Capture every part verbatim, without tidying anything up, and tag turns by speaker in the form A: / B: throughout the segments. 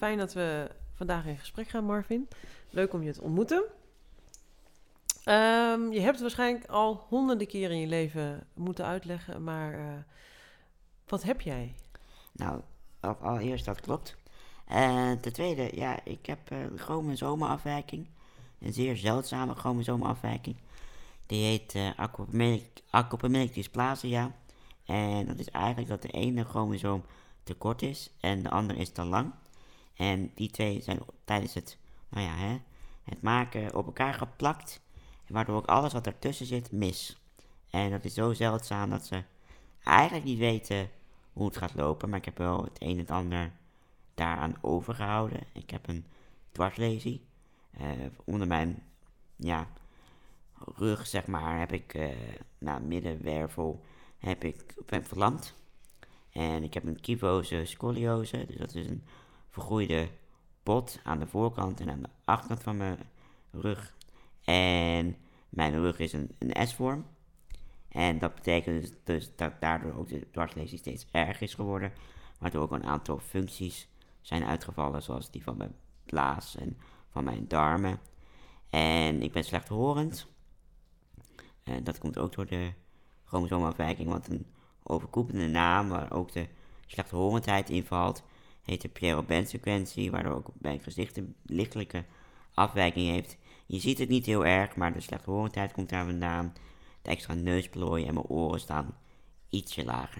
A: Fijn dat we vandaag in gesprek gaan, Marvin. Leuk om je te ontmoeten. Um, je hebt het waarschijnlijk al honderden keren in je leven moeten uitleggen, maar uh, wat heb jij?
B: Nou, allereerst dat klopt. Uh, ten tweede, ja, ik heb uh, gewoon een zomerafwijking. Een zeer zeldzame gewoon zomerafwijking. Die heet uh, acromelic dysplasia. En dat is eigenlijk dat de ene chromosoom te kort is en de andere is te lang. En die twee zijn tijdens het, nou ja, hè, het maken op elkaar geplakt. Waardoor ook alles wat ertussen zit mis. En dat is zo zeldzaam dat ze eigenlijk niet weten hoe het gaat lopen. Maar ik heb wel het een en het ander daaraan overgehouden. Ik heb een dwarslesie. Uh, onder mijn ja, rug, zeg maar, heb ik, uh, nou, middenwervel, heb ik, ben verlamd. En ik heb een kyphose scoliose. Dus dat is een vergroeide bot aan de voorkant en aan de achterkant van mijn rug. En mijn rug is een, een S-vorm. En dat betekent dus, dus dat daardoor ook de dwarslesie steeds erger is geworden. Waardoor ook een aantal functies zijn uitgevallen, zoals die van mijn blaas en van mijn darmen. En ik ben slechthorend. En dat komt ook door de chromosoomafwijking, want een overkoepelende naam waar ook de slechthorendheid in valt, heet de Pierre-Robin-sequentie, waardoor ook mijn gezicht een lichtelijke afwijking heeft. Je ziet het niet heel erg, maar de slechthorendheid komt daar vandaan. De extra neusplooien en mijn oren staan ietsje lager.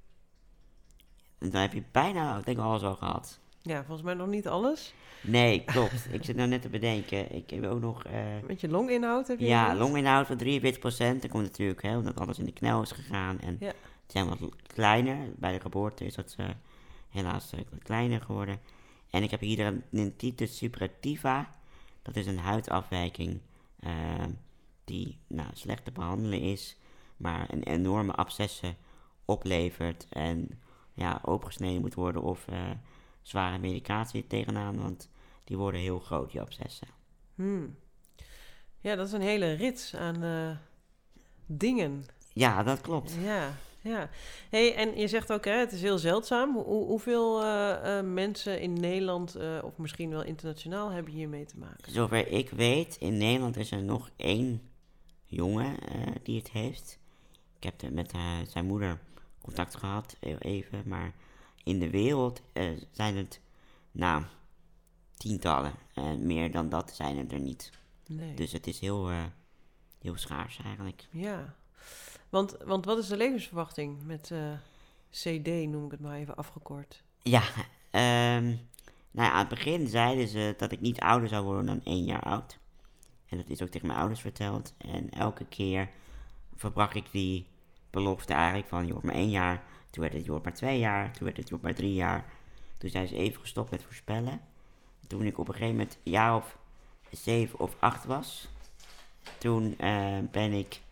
B: En dan heb je bijna, denk ik, alles al gehad.
A: Ja, volgens mij nog niet alles.
B: Nee, klopt. Ik zit nou net te bedenken. Ik heb ook nog... Uh,
A: Met je longinhoud heb je
B: Ja, longinhoud van drieënveertig procent. Dat komt natuurlijk, hè, omdat alles in de knel is gegaan. En
A: ja.
B: het zijn wat kleiner. Bij de geboorte is dat uh, helaas uh, wat kleiner geworden. En ik heb hier een dentitis suppurativa. Dat is een huidafwijking uh, die nou, slecht te behandelen is, maar een enorme abscessen oplevert en ja, opengesneden moet worden of uh, zware medicatie tegenaan, want die worden heel groot, die abscessen.
A: Hmm. Ja, dat is een hele rits aan uh, dingen.
B: Ja, dat klopt.
A: Ja, ja. Hey, en je zegt ook, hè, het is heel zeldzaam. Hoe, hoeveel uh, uh, mensen in Nederland, uh, of misschien wel internationaal, hebben hiermee te maken?
B: Zover ik weet, in Nederland is er nog één jongen uh, die het heeft. Ik heb er met uh, zijn moeder contact gehad, even, maar in de wereld uh, zijn het, nou, tientallen. En meer dan dat zijn het er niet.
A: Nee.
B: Dus het is heel, uh, heel schaars eigenlijk.
A: Ja, want, want wat is de levensverwachting met uh, C D, noem ik het maar even afgekort?
B: Ja, um, nou ja, aan het begin zeiden ze dat ik niet ouder zou worden dan één jaar oud. En dat is ook tegen mijn ouders verteld. En elke keer verbrak ik die belofte eigenlijk van, je wordt maar één jaar. Toen werd het, je wordt maar twee jaar. Toen werd het, je wordt maar drie jaar. Toen zijn ze even gestopt met voorspellen. Toen ik op een gegeven moment een jaar of zeven of acht was, toen uh, ben ik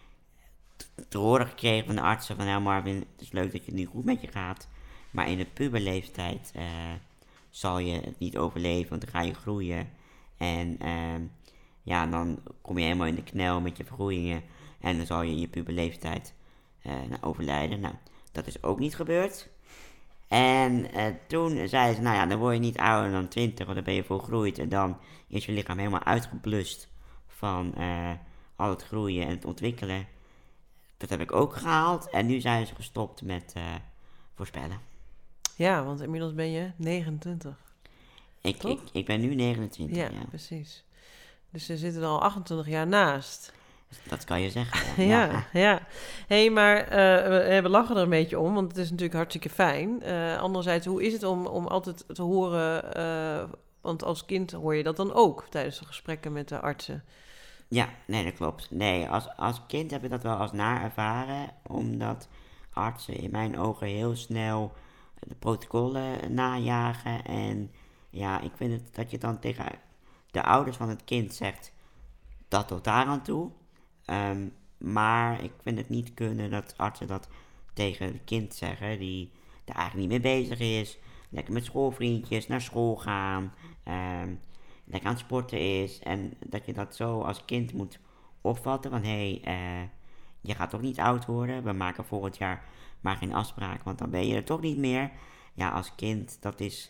B: te horen gekregen van de artsen van, nou Marvin, het is leuk dat je het nu goed met je gaat, maar in de puberleeftijd uh, zal je het niet overleven, want dan ga je groeien. En uh, ja, dan kom je helemaal in de knel met je vergroeien en dan zal je in je puberleeftijd uh, nou, overlijden. Nou, dat is ook niet gebeurd. En uh, toen zeiden ze, nou ja, dan word je niet ouder dan twintig, want dan ben je volgroeid. En dan is je lichaam helemaal uitgeblust van uh, al het groeien en het ontwikkelen. Dat heb ik ook gehaald. En nu zijn ze gestopt met uh, voorspellen.
A: Ja, want inmiddels ben je negenentwintig.
B: Ik, ik, ik ben nu negenentwintig, ja,
A: ja. precies. Dus ze zitten er al achtentwintig jaar naast.
B: Dat kan je zeggen.
A: Ja, ja. ja. Hé, hey, maar uh, we lachen er een beetje om, want het is natuurlijk hartstikke fijn. Uh, anderzijds, hoe is het om, om altijd te horen, uh, want als kind hoor je dat dan ook tijdens de gesprekken met de artsen?
B: Ja, nee, dat klopt. Nee, als, als kind heb ik dat wel als naar ervaren, omdat artsen in mijn ogen heel snel de protocollen najagen. En ja, ik vind het dat je dan tegen de ouders van het kind zegt, dat tot daar aan toe. Um, maar ik vind het niet kunnen dat artsen dat tegen het kind zeggen, die er eigenlijk niet mee bezig is. Lekker met schoolvriendjes naar school gaan, um, lekker aan het sporten is. En dat je dat zo als kind moet opvatten van, hé, hey, uh, je gaat toch niet oud worden. We maken volgend jaar maar geen afspraak, want dan ben je er toch niet meer. Ja, als kind, dat is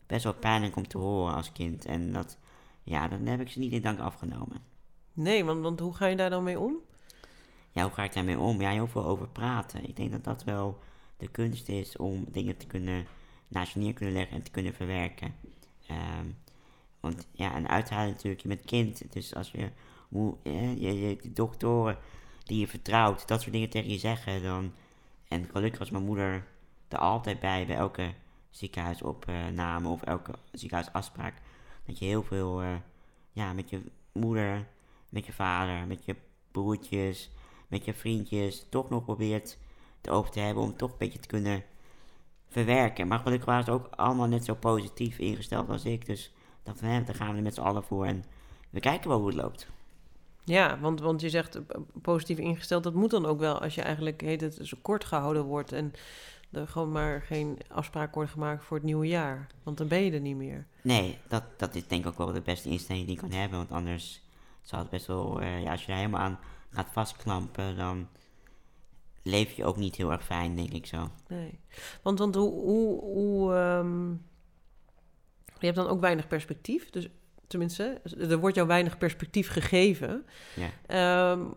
B: best wel pijnlijk om te horen als kind. En dat, ja, dan heb ik ze niet in dank afgenomen.
A: Nee, want, want hoe ga je daar dan mee om?
B: Ja, hoe ga ik daarmee om? Ja, heel veel over praten. Ik denk dat dat wel de kunst is om dingen te kunnen, naast je neer kunnen leggen en te kunnen verwerken. Um, want ja, en uithalen natuurlijk, je bent kind. Dus als je, hoe, eh, je, je de doktoren die je vertrouwt, dat soort dingen tegen je zeggen, dan... En gelukkig was mijn moeder er altijd bij, bij elke ziekenhuisopname of elke ziekenhuisafspraak. Dat je heel veel, uh, ja, met je moeder, met je vader, met je broertjes, met je vriendjes, toch nog probeert te over te hebben om toch een beetje te kunnen verwerken. Maar gelukkig waren ze ook allemaal net zo positief ingesteld als ik. Dus ik dacht van, hè, daar gaan we er met z'n allen voor en we kijken wel hoe het loopt.
A: Ja, want, want je zegt uh, positief ingesteld, dat moet dan ook wel als je eigenlijk heet het zo kort gehouden wordt en er gewoon maar geen afspraak wordt gemaakt voor het nieuwe jaar. Want dan ben je er niet meer.
B: Nee, dat, dat is denk ik ook wel de beste instelling die je kan hebben. Want anders zal het best wel, uh, ja, als je daar helemaal aan gaat vastklampen, dan leef je ook niet heel erg fijn, denk ik zo.
A: Nee, want, want hoe, hoe, hoe um, je hebt dan ook weinig perspectief, dus tenminste, er wordt jou weinig perspectief gegeven.
B: Ja.
A: Um,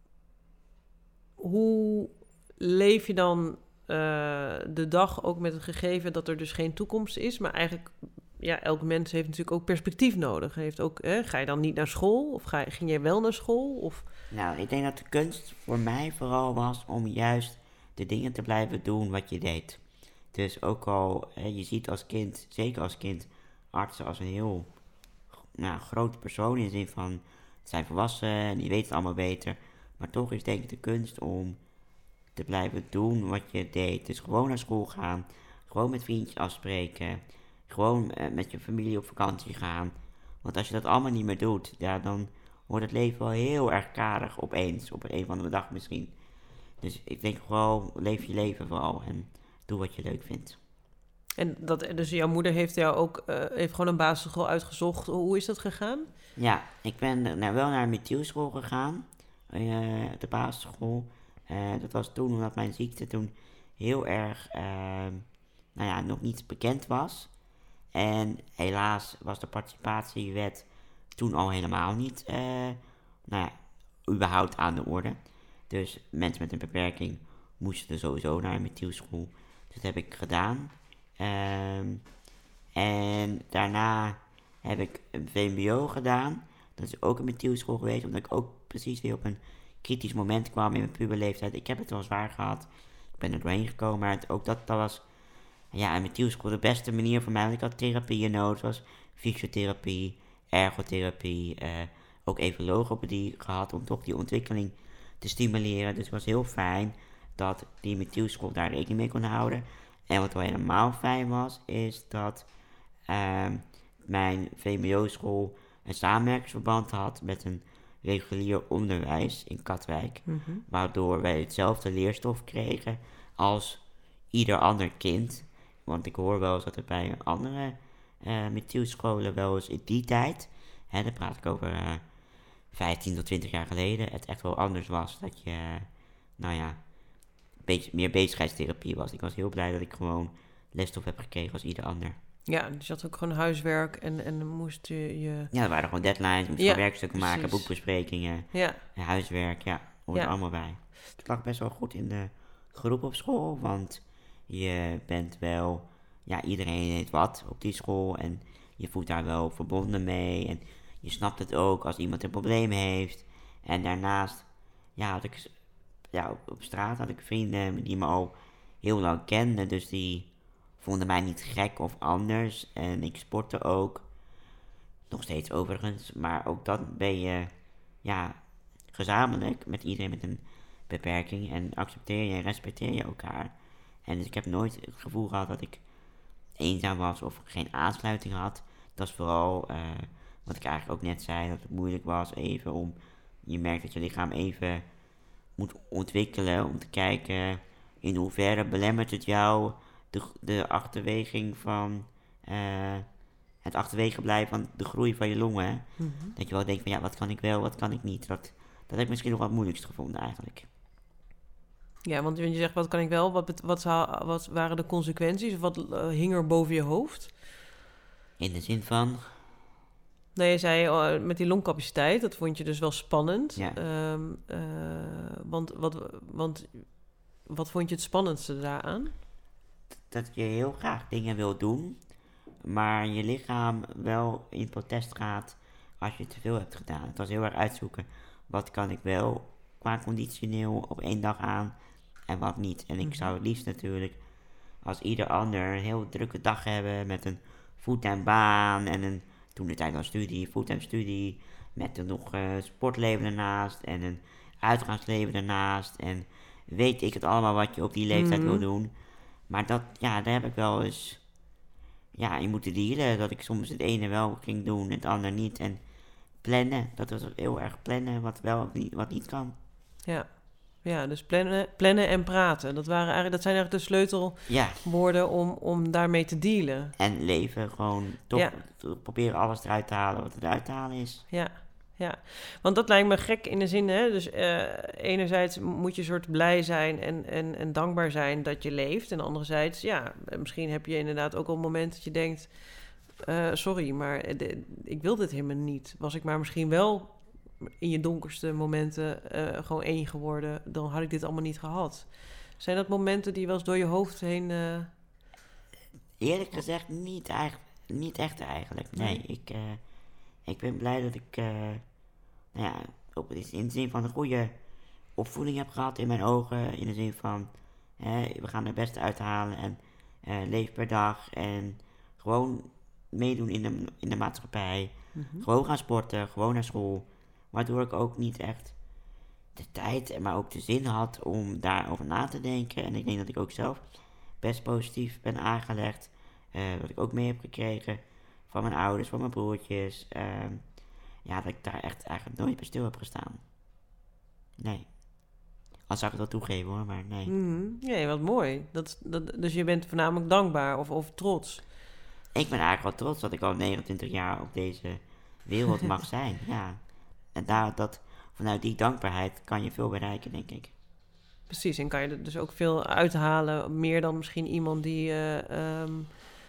A: hoe leef je dan uh, de dag ook met het gegeven dat er dus geen toekomst is, maar eigenlijk, ja, elk mens heeft natuurlijk ook perspectief nodig. Heeft ook, hè, ga je dan niet naar school of ga je, ging je wel naar school? Of...
B: Nou, ik denk dat de kunst voor mij vooral was om juist de dingen te blijven doen wat je deed. Dus ook al, hè, je ziet als kind, zeker als kind, artsen als een heel nou, grote persoon in de zin van, het zijn volwassen en die weten het allemaal beter. Maar toch is denk ik de kunst om te blijven doen wat je deed. Dus gewoon naar school gaan, gewoon met vriendjes afspreken, gewoon uh, met je familie op vakantie gaan. Want als je dat allemaal niet meer doet, ja, dan wordt het leven wel heel erg karig opeens, op een of andere dag misschien. Dus ik denk gewoon, leef je leven vooral en doe wat je leuk vindt.
A: En dat, dus jouw moeder heeft jou ook uh, heeft gewoon een basisschool uitgezocht. Hoe is dat gegaan?
B: Ja, ik ben nou, wel naar een methielschool gegaan, uh, de basisschool. Uh, dat was toen omdat mijn ziekte toen heel erg, uh, nou ja, nog niet bekend was. En helaas was de participatiewet toen al helemaal niet, uh, nou ja, überhaupt aan de orde. Dus mensen met een beperking moesten sowieso naar een methielschool. Dus dat heb ik gedaan. Um, en daarna heb ik een V M B O gedaan. Dat is ook een methielschool geweest, omdat ik ook precies weer op een kritisch moment kwam in mijn puberleeftijd. Ik heb het wel zwaar gehad. Ik ben er doorheen gekomen, maar het, ook dat, dat was, ja, een methielschool de beste manier voor mij. Want ik had therapieën nodig, zoals fysiotherapie, ergotherapie, uh, ook even logopedie gehad om toch die ontwikkeling te stimuleren. Dus het was heel fijn dat die methielschool daar rekening mee kon houden. En wat wel helemaal fijn was, is dat uh, mijn V M B O-school een samenwerkingsverband had met een regulier onderwijs in Katwijk. Mm-hmm. Waardoor wij hetzelfde leerstof kregen als ieder ander kind. Want ik hoor wel eens dat er bij andere uh, methielscholen wel eens in die tijd, hè, daar praat ik over uh, vijftien tot twintig jaar geleden, het echt wel anders was. Dat je, uh, nou ja, Be- meer bezigheidstherapie was. Ik was heel blij dat ik gewoon lesstof heb gekregen als ieder ander.
A: Ja, dus je had ook gewoon huiswerk en, en moest je, je...
B: Ja, er waren gewoon deadlines, moest je ja, werkstukken precies. maken, boekbesprekingen,
A: ja.
B: huiswerk, ja, hoort ja. er allemaal bij. Ik lag best wel goed in de groep op school, want je bent wel, ja, iedereen heeft wat op die school en je voelt daar wel verbonden mee en je snapt het ook als iemand een probleem heeft. En daarnaast, ja, had ik... Ja, op, op straat had ik vrienden die me al heel lang kenden. Dus die vonden mij niet gek of anders. En ik sportte ook. Nog steeds overigens. Maar ook dat ben je, ja, gezamenlijk met iedereen met een beperking. En accepteer je en respecteer je elkaar. En dus ik heb nooit het gevoel gehad dat ik eenzaam was of geen aansluiting had. Dat is vooral uh, wat ik eigenlijk ook net zei. Dat het moeilijk was even om... Je merkt dat je lichaam even... moet ontwikkelen om te kijken in hoeverre belemmert het jou de, de achterweging van uh, het achterwege blijven van de groei van je longen. Mm-hmm. Dat je wel denkt van ja, wat kan ik wel, wat kan ik niet. Dat, dat heb ik misschien nog wat moeilijkst gevonden eigenlijk.
A: Ja, want je zegt wat kan ik wel, wat, wat, wat waren de consequenties of wat uh, hing er boven je hoofd?
B: In de zin van...
A: Nou, je zei uh, met die longcapaciteit, dat vond je dus wel spannend.
B: Ja.
A: Um, uh, want, wat, want wat vond je het spannendste daaraan?
B: Dat je heel graag dingen wil doen, maar je lichaam wel in protest gaat als je te veel hebt gedaan. Het was heel erg uitzoeken, wat kan ik wel qua conditioneel op één dag aan en wat niet. En ik
A: Mhm.
B: zou het liefst natuurlijk als ieder ander een heel drukke dag hebben met een fulltime baan en een, toen de tijd was studie, fulltime studie, met er nog uh, sportleven ernaast en een uitgaansleven ernaast en weet ik het allemaal wat je op die leeftijd
A: Mhm.
B: wil doen. Maar dat, ja, daar heb ik wel eens, ja, in moeten dealen, dat ik soms het ene wel ging doen en het andere niet. En plannen, dat was heel erg plannen, wat wel of niet, wat niet kan.
A: Ja, ja dus plannen, plannen en praten. Dat, waren eigenlijk, dat zijn eigenlijk de sleutelwoorden
B: Ja,
A: om, om daarmee te dealen.
B: en leven, gewoon toch
A: Ja.
B: te proberen alles eruit te halen wat eruit te halen is.
A: Ja, ja. Want dat lijkt me gek in de zin, hè. Dus eh, enerzijds moet je soort blij zijn en, en, en dankbaar zijn dat je leeft. En anderzijds, ja, misschien heb je inderdaad ook al een moment dat je denkt... Uh, sorry, maar de, ik wil dit helemaal niet. Was ik maar misschien wel in je donkerste momenten uh, gewoon één geworden... dan had ik dit allemaal niet gehad. Zijn dat momenten die wel eens door je hoofd heen... Uh...
B: Eerlijk gezegd niet, eigenlijk, niet echt eigenlijk. Nee,
A: Nee.
B: ik, uh, ik ben blij dat ik, uh, nou ja, op, in de zin van een goede opvoeding heb gehad in mijn ogen. In de zin van, uh, we gaan het beste uithalen en uh, leef per dag. En gewoon meedoen in de, in de maatschappij.
A: Mm-hmm.
B: Gewoon gaan sporten, gewoon naar school. Waardoor ik ook niet echt de tijd, maar ook de zin had om daarover na te denken. En ik denk dat ik ook zelf best positief ben aangelegd. Uh, wat ik ook mee heb gekregen van mijn ouders, van mijn broertjes. Uh, ja, dat ik daar echt eigenlijk nooit bij stil heb gestaan. Nee. Al zou ik het wel toegeven hoor, maar nee.
A: Mm-hmm. Nee, wat mooi. Dat, dat, dus je bent voornamelijk dankbaar of, of trots?
B: Ik ben eigenlijk wel trots dat ik al negenentwintig jaar op deze wereld mag zijn. Ja. En daar, dat, vanuit die dankbaarheid kan je veel bereiken, denk ik.
A: Precies, en kan je er dus ook veel uithalen. Meer dan misschien iemand die uh, um,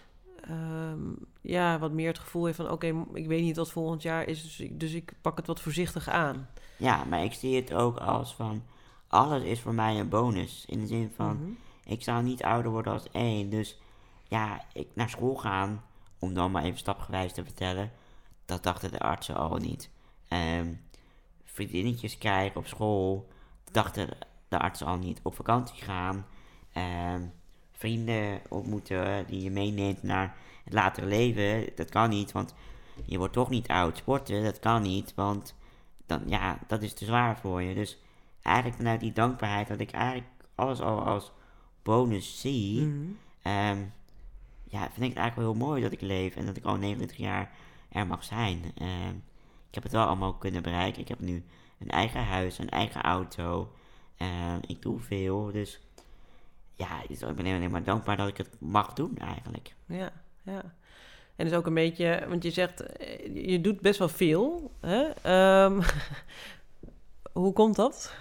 A: um, ja, wat meer het gevoel heeft van... oké, okay, ik weet niet wat volgend jaar is, dus ik, dus ik pak het wat voorzichtig aan.
B: Ja, maar ik zie het ook als van... alles is voor mij een bonus. In de zin van,
A: Mm-hmm.
B: ik zou niet ouder worden als één. Dus ja, ik naar school gaan, om dan maar even stapgewijs te vertellen... dat dachten de artsen al niet. Um, vriendinnetjes krijgen op school, dachten de artsen al niet. Op vakantie gaan, um, vrienden ontmoeten die je meeneemt naar het latere leven, dat kan niet, want je wordt toch niet oud. Sporten, dat kan niet, want dan, ja, dat is te zwaar voor je. Dus eigenlijk vanuit die dankbaarheid dat ik eigenlijk alles al als bonus zie,
A: Mm-hmm.
B: um, ja, vind ik het eigenlijk wel heel mooi dat ik leef en dat ik al negenentwintig jaar er mag zijn. Um, ik heb het wel allemaal kunnen bereiken. Ik heb nu een eigen huis, een eigen auto. Uh, ik doe veel, dus ja, ik ben alleen maar dankbaar dat ik het mag doen eigenlijk.
A: Ja, ja. En dus ook een beetje, want je zegt, je doet best wel veel. Hè? Um, hoe komt dat?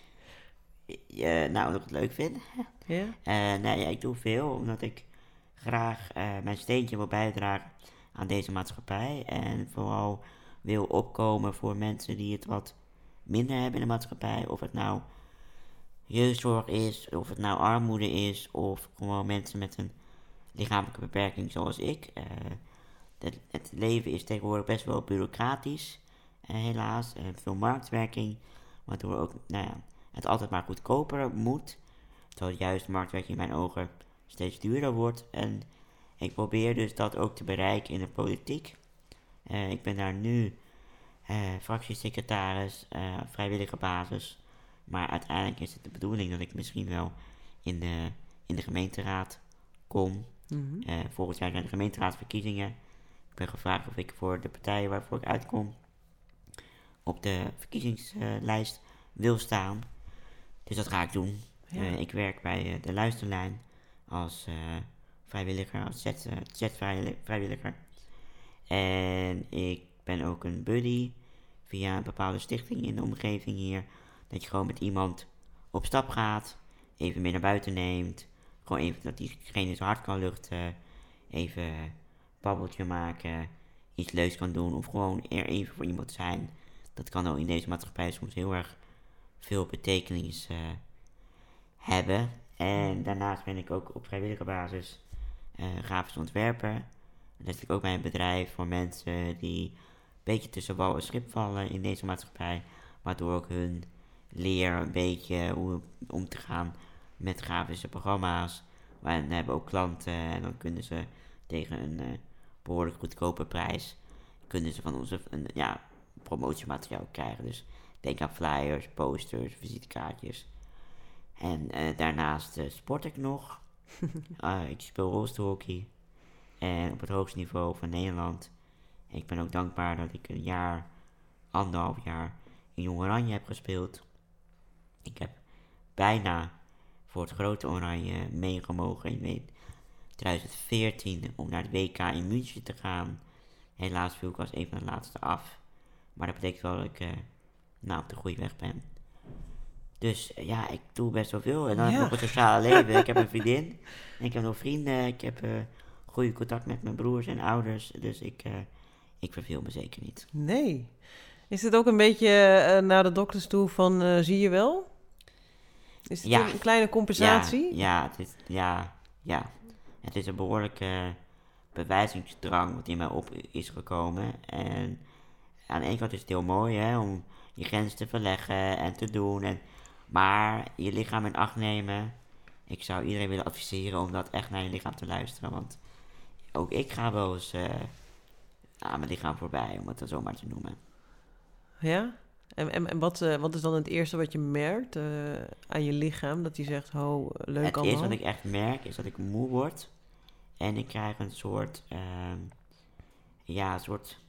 B: Uh, nou, dat ik het leuk vind.
A: Ja?
B: Uh, nee, ja, ik doe veel omdat ik graag uh, mijn steentje wil bijdragen aan deze maatschappij. En vooral wil opkomen voor mensen die het wat minder hebben in de maatschappij. Of het nou jeugdzorg is, of het nou armoede is, of gewoon mensen met een lichamelijke beperking zoals ik. Uh, het, het leven is tegenwoordig best wel bureaucratisch, uh, helaas. Uh, veel marktwerking, waardoor ook nou ja, het altijd maar goedkoper moet. Terwijl juist marktwerking in mijn ogen steeds duurder wordt. En ik probeer dus dat ook te bereiken in de politiek. Uh, ik ben daar nu uh, fractiesecretaris, uh, vrijwillige basis. Maar uiteindelijk is het de bedoeling dat ik misschien wel in de, in de gemeenteraad kom.
A: Mm-hmm.
B: Uh, volgend jaar zijn de gemeenteraadsverkiezingen. Ik ben gevraagd of ik voor de partijen waarvoor ik uitkom op de verkiezingslijst uh, wil staan. Dus dat ga ik doen. Ja. Uh, ik werk bij uh, de Luisterlijn als uh, vrijwilliger, als Z-vrijwilliger. En ik ben ook een buddy via een bepaalde stichting in de omgeving hier. Dat je gewoon met iemand op stap gaat, even mee naar buiten neemt. Gewoon even dat diegene zijn hart kan luchten. Even babbeltje maken, iets leuks kan doen of gewoon er even voor iemand zijn. Dat kan ook in deze maatschappij soms heel erg veel betekenis uh, hebben. En daarnaast ben ik ook op vrijwillige basis uh, grafisch ontwerper. Dat is ook bij een bedrijf voor mensen die een beetje tussen wal en schip vallen in deze maatschappij. Waardoor ik hun leer een beetje hoe om te gaan met grafische programma's. Maar dan hebben we ook klanten en dan kunnen ze tegen een uh, behoorlijk goedkope prijs kunnen ze van ons een ja, promotiemateriaal krijgen. Dus denk aan flyers, posters, visitekaartjes. En uh, daarnaast uh, sport ik nog. uh, ik speel rolstoelhockey. En op het hoogste niveau van Nederland. En ik ben ook dankbaar dat ik een jaar, anderhalf jaar in Jong Oranje heb gespeeld. Ik heb bijna voor het grote Oranje meegemogen in twintig veertien om naar het W K in München te gaan. Helaas viel ik als een van de laatste af. Maar dat betekent wel dat ik uh, nou, op de goede weg ben. Dus uh, ja, ik doe best wel veel. En dan ja. heb ik nog een sociale leven. Ik heb een vriendin. En ik heb nog vrienden. Ik heb uh, goede contact met mijn broers en ouders. Dus ik, uh, ik verveel me zeker niet.
A: Nee. Is het ook een beetje uh, naar de dokters toe van uh, zie je wel? Is het ja. een kleine compensatie?
B: Ja, ja, het is, ja, ja. Het is een behoorlijke bewijzingsdrang wat in mij op is gekomen. En aan de ene kant is het heel mooi hè, om je grens te verleggen en te doen. En, maar je lichaam in acht nemen. Ik zou iedereen willen adviseren om dat echt naar je lichaam te luisteren. Want ook ik ga wel eens uh, aan mijn lichaam voorbij, om het dan zomaar te noemen.
A: Ja? En, en, en wat, uh, wat is dan het eerste wat je merkt uh, aan je lichaam? Dat je zegt, oh, leuk allemaal.
B: Het eerste wat ik echt merk is dat ik moe word. En ik krijg een soort, uh, ja, een soort,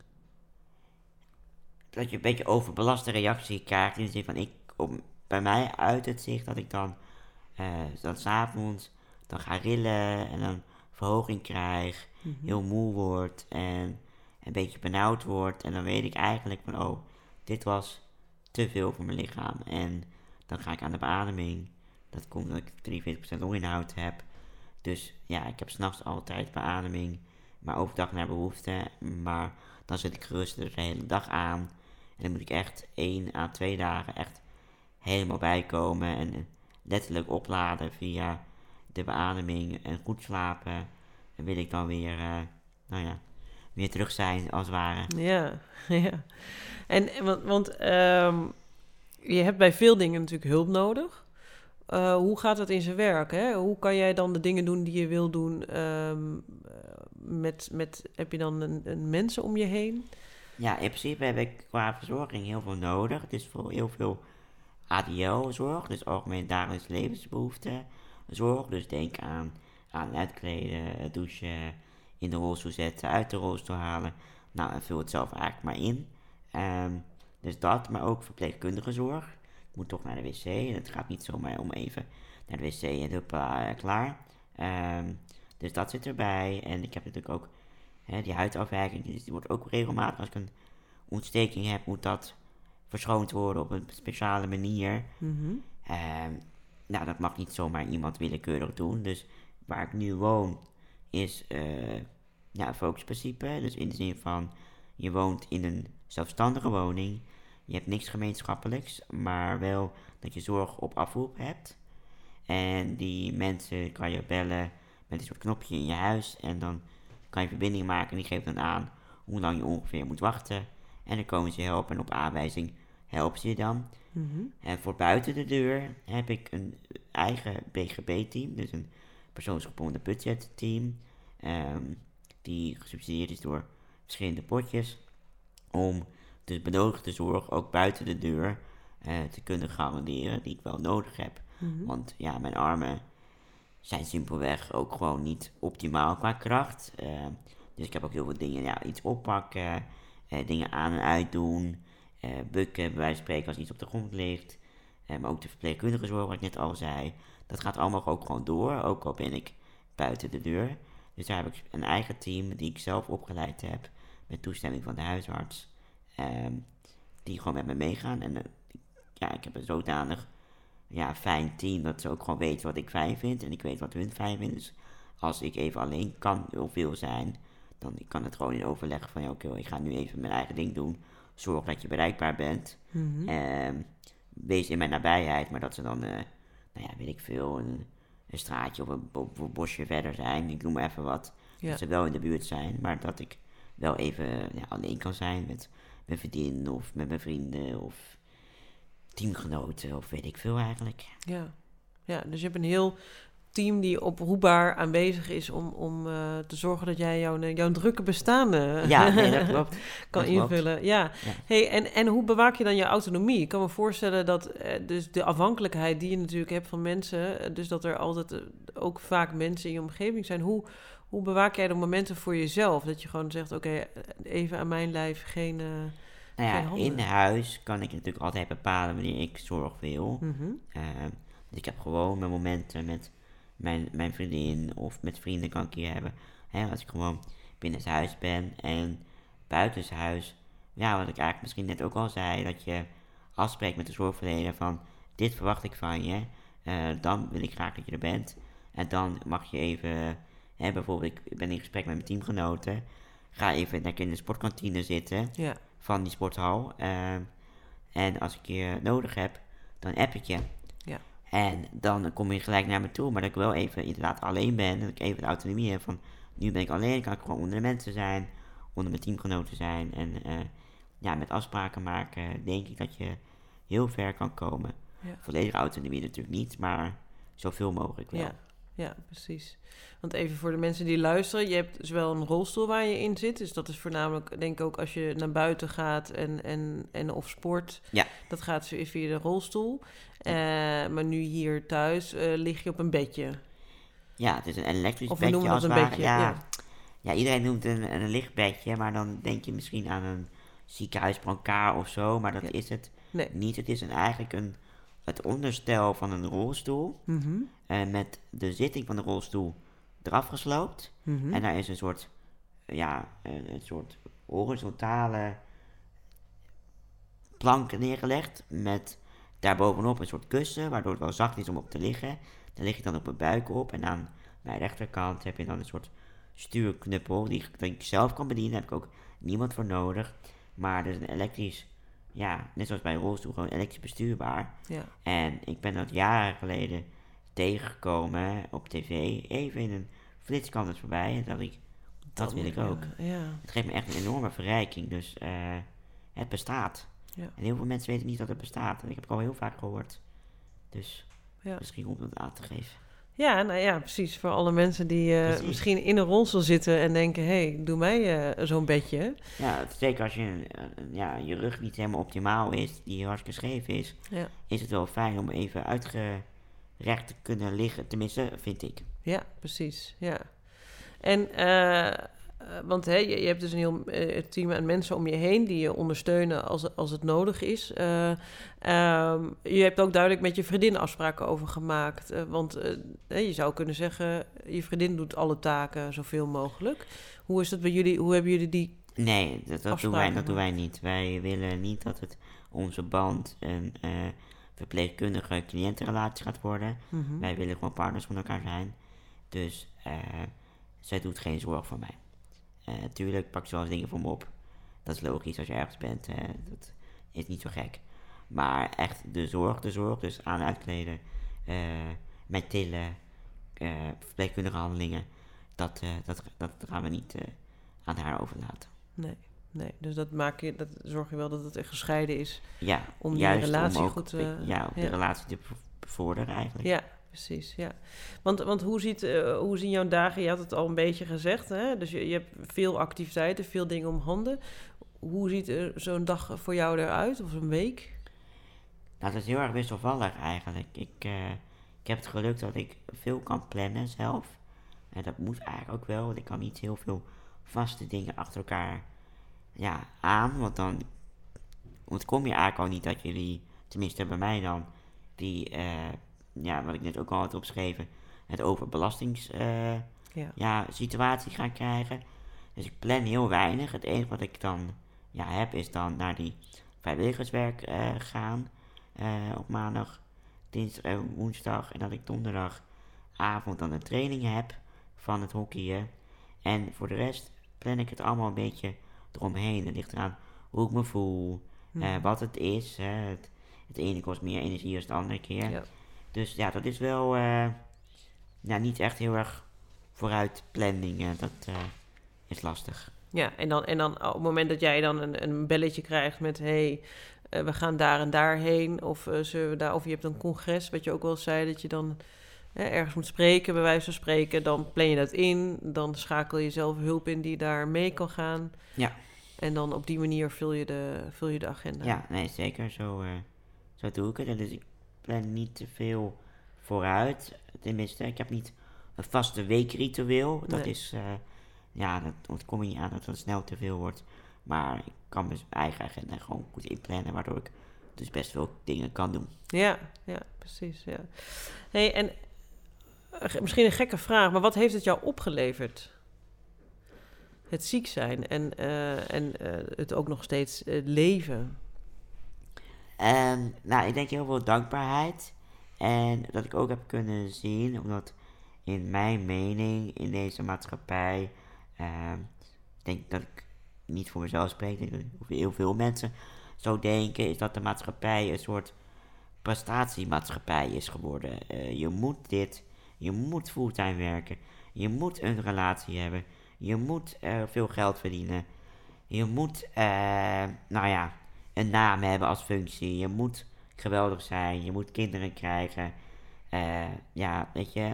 B: dat je een beetje overbelaste reactie krijgt. In de zin van, ik, op, bij mij uit het zicht dat ik dan, uh, dan 's avonds, dan ga rillen en dan verhoging krijg. Mm-hmm. Heel moe word en een beetje benauwd word. En dan weet ik eigenlijk van, oh, dit was te veel voor mijn lichaam. En dan ga ik aan de beademing. Dat komt omdat ik drieënveertig procent longinhoud heb. Dus ja, ik heb 's nachts altijd beademing. Maar overdag naar behoefte. Maar dan zit ik gerust de hele dag aan. En dan moet ik echt één à twee dagen echt helemaal bijkomen. En letterlijk opladen via de beademing. En goed slapen. En wil ik dan weer, uh, nou ja, weer terug zijn als het ware.
A: Ja, ja. En, want, want um, je hebt bij veel dingen natuurlijk hulp nodig. Uh, hoe gaat dat in zijn werk? Hè? Hoe kan jij dan de dingen doen die je wil doen? Um, met, met, heb je dan een, een mensen om je heen?
B: Ja, in principe heb ik qua verzorging heel veel nodig. Het is voor heel veel A D L-zorg, dus algemeen dagelijks levensbehoeften zorg. Dus denk aan, aan uitkleden, douchen, in de rolstoel zetten, uit de rolstoel halen. Nou, en vul het zelf eigenlijk maar in. Um, dus dat, maar ook verpleegkundige zorg. Ik moet toch naar de wc. En het gaat niet zomaar om even naar de wc en hoppa, uh, klaar. Um, dus dat zit erbij. En ik heb natuurlijk ook hè, die huidafwijking. Dus die wordt ook regelmatig, als ik een ontsteking heb, moet dat verschoond worden op een speciale manier.
A: Mm-hmm.
B: Um, nou, dat mag niet zomaar iemand willekeurig doen. Dus waar ik nu woon is uh, ja, een focusprincipe. Dus in de zin van, je woont in een zelfstandige woning. Je hebt niks gemeenschappelijks, maar wel dat je zorg op afroep hebt. En die mensen kan je bellen met een soort knopje in je huis. En dan kan je verbinding maken en die geeft dan aan hoe lang je ongeveer moet wachten. En dan komen ze helpen en op aanwijzing helpen ze je dan.
A: Mm-hmm.
B: En voor buiten de deur heb ik een eigen B G B-team, dus een persoonsgebonden budgetteam. Um, die gesubsidieerd is door verschillende potjes. Om de benodigde zorg ook buiten de deur uh, te kunnen garanderen, die ik wel nodig heb.
A: Mm-hmm.
B: Want ja, mijn armen zijn simpelweg ook gewoon niet optimaal qua kracht. Uh, dus ik heb ook heel veel dingen, ja, iets oppakken, uh, dingen aan en uit doen, uh, bukken, bij wijze van spreken als iets op de grond ligt. Uh, maar ook de verpleegkundige zorg, wat ik net al zei. Dat gaat allemaal ook gewoon door, ook al ben ik buiten de deur. Dus daar heb ik een eigen team die ik zelf opgeleid heb, met toestemming van de huisarts. Um, die gewoon met me meegaan. En uh, ja, ik heb een zodanig ja, fijn team dat ze ook gewoon weten wat ik fijn vind. En ik weet wat hun fijn vinden. Dus als ik even alleen kan of wil zijn, dan kan het gewoon in overleg van, ja, oké, ik ga nu even mijn eigen ding doen. Zorg dat je bereikbaar bent.
A: Mhm.
B: Ehm, wees in mijn nabijheid, maar dat ze dan, uh, nou ja, weet ik veel, een, een straatje of een, bo- een bosje verder zijn. Ik noem maar even wat.
A: Ja.
B: Dat ze wel in de buurt zijn, maar dat ik wel even ja, alleen kan zijn met mijn vriendin of met mijn vrienden of teamgenoten of weet ik veel eigenlijk.
A: Ja. Ja, dus je hebt een heel team die oproepbaar aanwezig is om, om uh, te zorgen dat jij jouw, jouw drukke bestaan uh,
B: Ja, nee, dat klopt.
A: kan
B: dat
A: invullen.
B: Klopt.
A: Ja.
B: Ja.
A: Hey, en, en hoe bewaak je dan je autonomie? Ik kan me voorstellen dat uh, dus de afhankelijkheid die je natuurlijk hebt van mensen, uh, dus dat er altijd uh, ook vaak mensen in je omgeving zijn. Hoe, hoe bewaak jij de momenten voor jezelf? Dat je gewoon zegt, oké, okay, even aan mijn lijf geen... Uh,
B: nou ja, in huis kan ik natuurlijk altijd bepalen wanneer ik zorg wil.
A: Mm-hmm.
B: Uh, dus ik heb gewoon mijn momenten met mijn, mijn vriendin of met vrienden kan ik hier hebben. Hè, als ik gewoon binnen het huis ben en buiten het huis. Ja, wat ik eigenlijk misschien net ook al zei, dat je afspreekt met de zorgverlener van dit verwacht ik van je. Uh, dan wil ik graag dat je er bent. En dan mag je even, hè, bijvoorbeeld ik ben in gesprek met mijn teamgenoten. Ga even lekker in de sportkantine zitten.
A: Ja.
B: Van die sporthal. Uh, en als ik je nodig heb, dan app ik je.
A: Ja.
B: En dan kom je gelijk naar me toe, maar dat ik wel even inderdaad alleen ben. Dat ik even de autonomie heb van, nu ben ik alleen, kan ik gewoon onder de mensen zijn, onder mijn teamgenoten zijn. En uh, ja, met afspraken maken, denk ik dat je heel ver kan komen.
A: Ja.
B: Volledige autonomie natuurlijk niet, maar zoveel mogelijk wel.
A: Ja. Ja, precies. Want even voor de mensen die luisteren, je hebt zowel een rolstoel waar je in zit. Dus dat is voornamelijk, denk ik ook, als je naar buiten gaat en, en, en of sport.
B: Ja.
A: Dat gaat via de rolstoel. Uh, maar nu hier thuis uh, lig je op een bedje.
B: Ja, het is een elektrisch
A: of
B: bedje
A: noemen
B: als
A: dat
B: het
A: een
B: ware.
A: bedje,
B: ja.
A: ja.
B: ja, iedereen noemt een, een lichtbedje, maar dan denk je misschien aan een ziekenhuisbrancard of zo. Maar dat ja. is het
A: nee.
B: niet. Het is een, eigenlijk een... het onderstel van een rolstoel,
A: mm-hmm.
B: uh, met de zitting van de rolstoel eraf gesloopt.
A: Mm-hmm.
B: En daar is een soort, ja, een, een soort horizontale plank neergelegd, met daarbovenop een soort kussen, waardoor het wel zacht is om op te liggen. Daar lig je dan op mijn buik op en aan mijn rechterkant heb je dan een soort stuurknuppel, die ik zelf kan bedienen, daar heb ik ook niemand voor nodig. Maar dus een elektrisch, ja, net zoals bij een rolstoel, gewoon elektrisch bestuurbaar.
A: Ja.
B: En ik ben dat jaren geleden tegengekomen op tv, even in een flits kwam het voorbij en dacht ik, dat, dat wil ik ook.
A: Ja, ja.
B: Het geeft me echt een enorme verrijking, dus uh, het bestaat.
A: Ja.
B: En heel veel mensen weten niet dat het bestaat. En ik heb het al heel vaak gehoord. Dus
A: ja.
B: misschien om het aan te geven.
A: Ja, nou ja, precies. Voor alle mensen die uh, misschien in een rolstoel zitten en denken, hé, hey, doe mij uh, zo'n bedje.
B: Ja, zeker als je, uh, ja, je rug niet helemaal optimaal is, die hartstikke scheef is,
A: ja.
B: is het wel fijn om even uitgerecht te kunnen liggen. Tenminste, vind ik.
A: Ja, precies. Ja. En, uh, want hè, je, je hebt dus een heel uh, team aan mensen om je heen die je ondersteunen als, als het nodig is. Uh, um, je hebt ook duidelijk met je vriendin afspraken over gemaakt. Uh, want uh, je zou kunnen zeggen, je vriendin doet alle taken zoveel mogelijk. Hoe is dat bij jullie? Hoe hebben jullie die
B: Nee, dat, dat, doen, wij, dat doen wij niet. Wij willen niet dat het onze band een uh, verpleegkundige cliëntenrelatie gaat worden.
A: Mm-hmm.
B: Wij willen gewoon partners van elkaar zijn. Dus uh, zij doet geen zorg voor mij. Uh, tuurlijk pakt ze wel eens dingen voor me op. Dat is logisch als je ergens bent. Uh, dat is niet zo gek. Maar echt de zorg, de zorg. Dus aan- en uitkleden. Uh, met tillen. Uh, verpleegkundige handelingen. Dat, uh, dat, dat gaan we niet uh, aan haar overlaten.
A: Nee, nee. Dus dat, maak je, dat zorg je wel dat het echt gescheiden is.
B: Ja,
A: om die
B: juist
A: relatie
B: om ook,
A: goed... Uh,
B: ja, om
A: ja.
B: de relatie te bevorderen eigenlijk.
A: Ja. Precies, ja. Want, want hoe, ziet, uh, hoe zien jouw dagen, je had het al een beetje gezegd, hè? Dus je, je hebt veel activiteiten, veel dingen om handen. Hoe ziet uh, zo'n dag voor jou eruit, of een week?
B: Nou, dat is heel erg wisselvallig eigenlijk. Ik, uh, ik heb het geluk dat ik veel kan plannen zelf. En dat moet eigenlijk ook wel, want ik kan niet heel veel vaste dingen achter elkaar ja, aan. Want dan ontkom je eigenlijk al niet dat jullie, tenminste bij mij dan, die... Uh, ja, wat ik net ook al had opgeschreven, het overbelastings uh, ja. Ja, situatie gaan krijgen. Dus ik plan heel weinig. Het enige wat ik dan ja, heb, is dan naar die vrijwilligerswerk uh, gaan. Uh, op maandag, dinsdag en uh, woensdag. En dat ik donderdagavond dan een training heb van het hockeyen. En voor de rest plan ik het allemaal een beetje eromheen. Het ligt eraan hoe ik me voel, hmm. uh, wat het is. Hè. Het, het ene kost meer energie dan de andere keer. Ja. Dus ja, dat is wel uh, ja, niet echt heel erg vooruit planning. Uh, dat uh, is lastig.
A: Ja, en dan, en dan op het moment dat jij dan een, een belletje krijgt met... hey, uh, we gaan daar en daarheen. Of, uh, zullen we daar, of je hebt een congres, wat je ook wel zei... dat je dan uh, ergens moet spreken, bij wijze van spreken. Dan plan je dat in. Dan schakel je zelf hulp in die daar mee kan gaan.
B: Ja.
A: En dan op die manier vul je de, vul je de agenda.
B: Ja, nee, zeker. Zo, uh, zo doe ik het. Dus ik plan niet te veel vooruit. Tenminste, ik heb niet een vaste weekritueel. Dat nee. is... Uh, Ja, dat ontkom je niet aan dat het snel te veel wordt. Maar ik kan mijn eigen agenda gewoon goed inplannen, waardoor ik dus best veel dingen kan doen.
A: Ja, ja, precies. Ja. Hey, en uh, misschien een gekke vraag, maar wat heeft het jou opgeleverd? Het ziek zijn en, uh, en uh, het ook nog steeds uh, leven?
B: Um, nou, ik denk heel veel dankbaarheid. En dat ik ook heb kunnen zien, omdat in mijn mening in deze maatschappij... Uh, ik denk dat ik niet voor mezelf spreek, ik denk dat heel veel mensen zo denken, is dat de maatschappij een soort prestatiemaatschappij is geworden. Uh, je moet dit, je moet fulltime werken, je moet een relatie hebben, je moet uh, veel geld verdienen, je moet, uh, nou ja, een naam hebben als functie, je moet geweldig zijn, je moet kinderen krijgen. Uh, ja, weet je,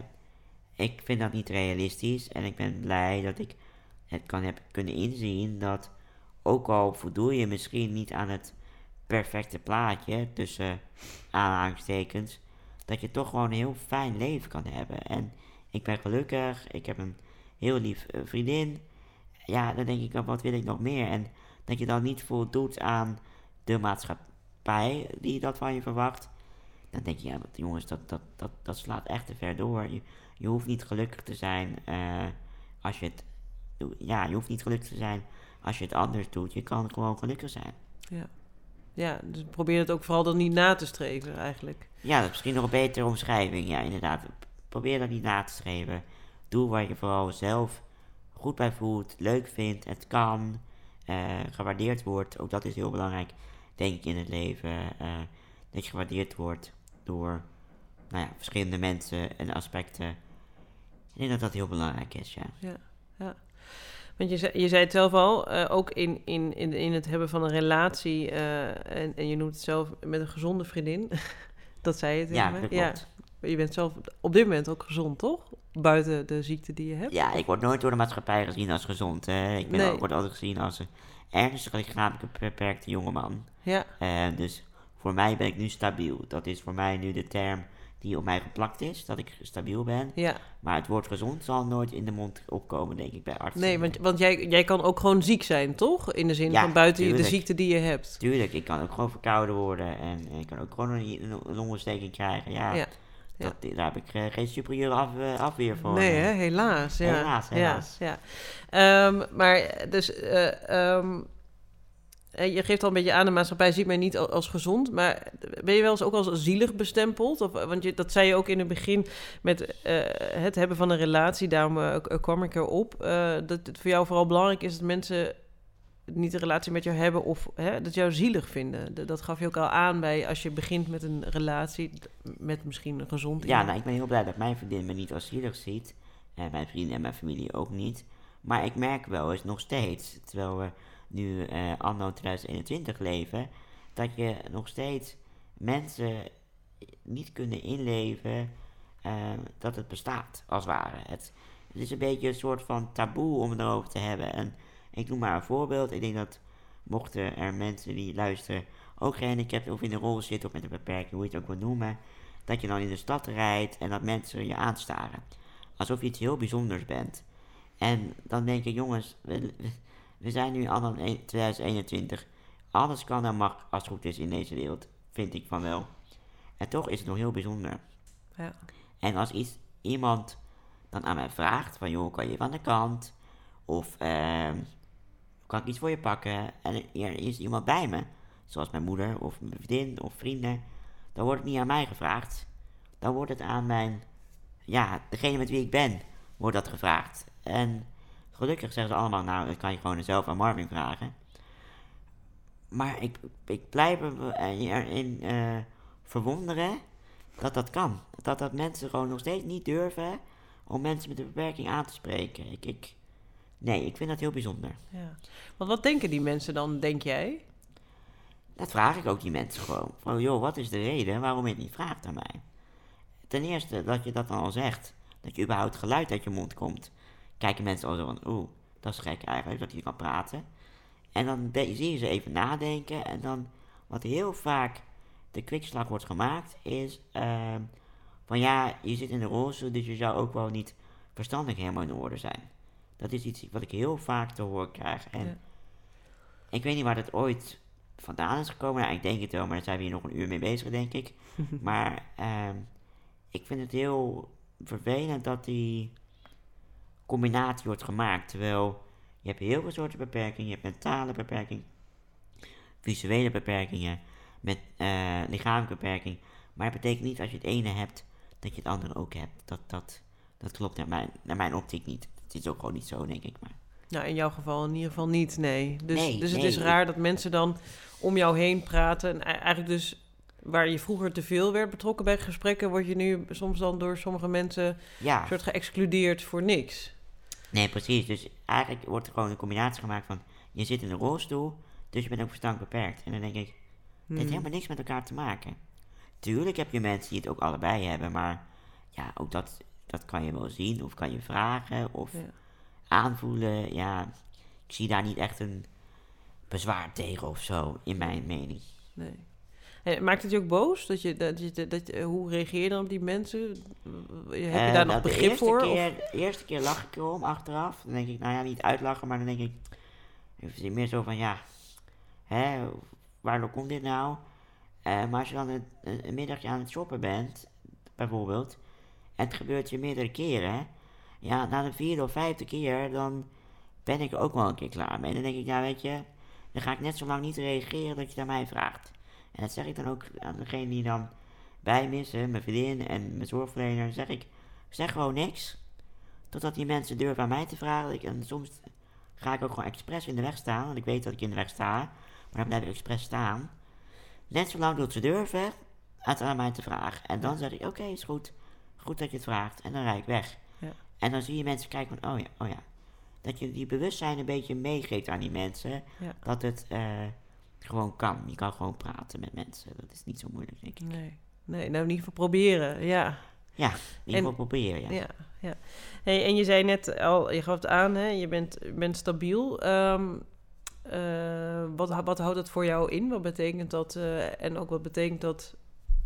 B: ik vind dat niet realistisch en ik ben blij dat ik het kan heb kunnen inzien dat ook al voldoe je misschien niet aan het perfecte plaatje tussen aanhalingstekens, dat je toch gewoon een heel fijn leven kan hebben. En ik ben gelukkig, ik heb een heel lief uh, vriendin. Ja, dan denk ik, wat wil ik nog meer? En dat je dan niet voldoet aan de maatschappij die dat van je verwacht, dan denk je, ja, dat, jongens, dat, dat, dat, dat slaat echt te ver door. Je, je hoeft niet gelukkig te zijn uh, als je het Ja, je hoeft niet gelukkig te zijn als je het anders doet. Je kan gewoon gelukkig zijn.
A: Ja, ja, dus probeer het ook vooral dan niet na te streven eigenlijk.
B: Ja, dat is misschien nog een betere omschrijving. Ja, inderdaad. Probeer dat niet na te streven. Doe waar je vooral zelf goed bij voelt, leuk vindt, het kan, uh, gewaardeerd wordt. Ook dat is heel belangrijk, denk ik, in het leven. Uh, dat je gewaardeerd wordt door nou ja, verschillende mensen en aspecten. Ik denk dat dat heel belangrijk is, ja.
A: Ja, ja. Want je zei, je zei het zelf al, uh, ook in, in, in, in het hebben van een relatie, uh, en, en je noemt het zelf met een gezonde vriendin. Dat zei je tegen
B: ja,
A: mij.
B: Dat
A: ja,
B: klopt.
A: Je bent zelf op dit moment ook gezond, toch? Buiten de ziekte die je hebt.
B: Ja, ik word nooit door de maatschappij gezien als gezond. Hè. Ik ben
A: nee.
B: al, word altijd gezien als een ernstig lichamelijk beperkte jongeman.
A: Ja.
B: Uh, dus voor mij ben ik nu stabiel. Dat is voor mij nu de term die op mij geplakt is, dat ik stabiel ben.
A: Ja.
B: Maar het woord gezond zal nooit in de mond opkomen, denk ik, bij artsen.
A: Nee, want, want jij, jij kan ook gewoon ziek zijn, toch? In de zin
B: ja,
A: van buiten
B: tuurlijk.
A: de ziekte die je hebt.
B: Tuurlijk, ik kan ook gewoon verkouden worden en, en ik kan ook gewoon een, een longontsteking krijgen. Ja, ja. Dat, ja. Daar heb ik uh, geen superieure af, uh, afweer voor.
A: Nee, hè? Helaas. Ja.
B: Helaas, helaas.
A: Ja, ja. Um, maar dus... Uh, um, je geeft al een beetje aan, de maatschappij ziet mij niet als gezond. Maar ben je wel eens ook als zielig bestempeld? Of, want je, dat zei je ook in het begin met uh, het hebben van een relatie. Daarom uh, kwam ik erop. Uh, dat het voor jou vooral belangrijk is dat mensen niet een relatie met jou hebben of hè, dat jou zielig vinden. Dat gaf je ook al aan bij als je begint met een relatie met misschien een gezond iemand.
B: Ja, nou, ik ben heel blij dat mijn vriendin me niet als zielig ziet. En mijn vrienden en mijn familie ook niet. Maar ik merk wel eens nog steeds, terwijl we nu uh, anno twintig eenentwintig leven, dat je nog steeds mensen niet kunnen inleven uh, dat het bestaat, als het ware. Het, het is een beetje een soort van taboe om het erover te hebben. En ik noem maar een voorbeeld. Ik denk dat mochten er mensen die luisteren ook gehandicapt of in een rol zitten of met een beperking, hoe je het ook wil noemen, dat je dan in de stad rijdt en dat mensen je aanstaren. Alsof je iets heel bijzonders bent. En dan denk ik, jongens, we, we zijn nu al in twintig eenentwintig. Alles kan en mag als het goed is in deze wereld, vind ik van wel. En toch is het nog heel bijzonder.
A: Ja.
B: En als iets, iemand dan aan mij vraagt, van joh, kan je van de kant? Of uh, kan ik iets voor je pakken? En er is iemand bij me, zoals mijn moeder of mijn vriendin of vrienden. Dan wordt het niet aan mij gevraagd. Dan wordt het aan mijn, ja, degene met wie ik ben, wordt dat gevraagd. En Gelukkig zeggen ze allemaal, nou, dat kan je gewoon zelf aan Marvin vragen. Maar ik, ik blijf erin uh, verwonderen dat dat kan. Dat dat mensen gewoon nog steeds niet durven om mensen met een beperking aan te spreken. Ik, ik, nee, ik vind dat heel bijzonder.
A: Ja. Want wat denken die mensen dan, denk jij?
B: Dat vraag ik ook die mensen gewoon. Van, joh, wat is de reden waarom je het niet vraagt aan mij? Ten eerste, dat je dat dan al zegt. Dat je überhaupt geluid uit je mond komt. Kijken mensen al zo van, oeh, dat is gek eigenlijk, dat hij kan praten. En dan de, zie je ze even nadenken. En dan, wat heel vaak de kwikslag wordt gemaakt, is uh, van ja, je zit in de rolstoel, dus je zou ook wel niet verstandig helemaal in orde zijn. Dat is iets wat ik heel vaak te horen krijg. En ja. Ik weet niet waar dat ooit vandaan is gekomen. Nou, ik denk het wel, maar daar zijn we hier nog een uur mee bezig, denk ik. Maar uh, ik vind het heel vervelend dat die combinatie wordt gemaakt. Terwijl je hebt heel veel soorten beperkingen. Je hebt mentale beperking, visuele beperkingen, met uh, lichamelijke beperking. Maar het betekent niet als je het ene hebt, dat je het andere ook hebt. Dat, dat, dat klopt naar mijn, naar mijn optiek niet. Het is ook gewoon niet zo, denk ik maar.
A: Nou, in jouw geval in ieder geval niet, nee. Dus,
B: nee,
A: dus het
B: nee,
A: is raar
B: ik,
A: dat mensen dan om jou heen praten. En eigenlijk dus, waar je vroeger te veel werd betrokken bij gesprekken, word je nu soms dan door sommige mensen
B: ja.
A: soort geëxcludeerd voor niks.
B: Nee, precies. Dus eigenlijk wordt er gewoon een combinatie gemaakt van, je zit in een rolstoel, dus je bent ook verstandelijk beperkt. En dan denk ik,
A: Hmm.
B: dat heeft helemaal niks met elkaar te maken. Tuurlijk heb je mensen die het ook allebei hebben, maar ja, ook dat, dat kan je wel zien, of kan je vragen, of
A: Ja.
B: aanvoelen. Ja, ik zie daar niet echt een bezwaar tegen of zo, in mijn mening.
A: Nee. En maakt het je ook boos? Dat je, dat je, dat je, hoe reageer je dan op die mensen? Heb je
B: Uh,
A: daar nog
B: nou,
A: begrip
B: de
A: voor?
B: Keer,
A: Of?
B: de eerste keer lach ik erom, achteraf. Dan denk ik, nou ja, niet uitlachen, maar dan denk ik, even meer zo van, ja, hè, waardoor komt dit nou? Uh, maar als je dan een, een, een middagje aan het shoppen bent, bijvoorbeeld, en het gebeurt je meerdere keren, ja, na de vierde of vijfde keer, dan ben ik er ook wel een keer klaar mee. En dan denk ik, ja, weet je, dan ga ik net zo lang niet reageren dat je naar mij vraagt. En dat zeg ik dan ook aan degene die dan bij me is, hè, mijn vriendin en mijn zorgverlener, dan zeg ik, zeg gewoon niks, totdat die mensen durven aan mij te vragen. Ik, en soms ga ik ook gewoon expres in de weg staan, want ik weet dat ik in de weg sta, maar dan blijf ik expres staan. Net zolang dat ze durven het aan mij te vragen. En dan ja. zeg ik, oké, okay, is goed. Goed dat je het vraagt. En dan rijd ik weg.
A: Ja.
B: En dan zie je mensen kijken van, oh ja, oh ja. Dat je die bewustzijn een beetje meegeeft aan die mensen.
A: Ja.
B: Dat het uh, gewoon kan. Je kan gewoon praten met mensen. Dat is niet zo moeilijk, denk ik.
A: Nee, nee nou in ieder geval proberen, ja.
B: Ja, in ieder geval proberen, ja.
A: ja, ja. Hey, en je zei net al, je gaf het aan, hè, je bent, bent stabiel. Um, Uh, wat, wat houdt dat voor jou in? Wat betekent dat? Uh, en ook wat betekent dat?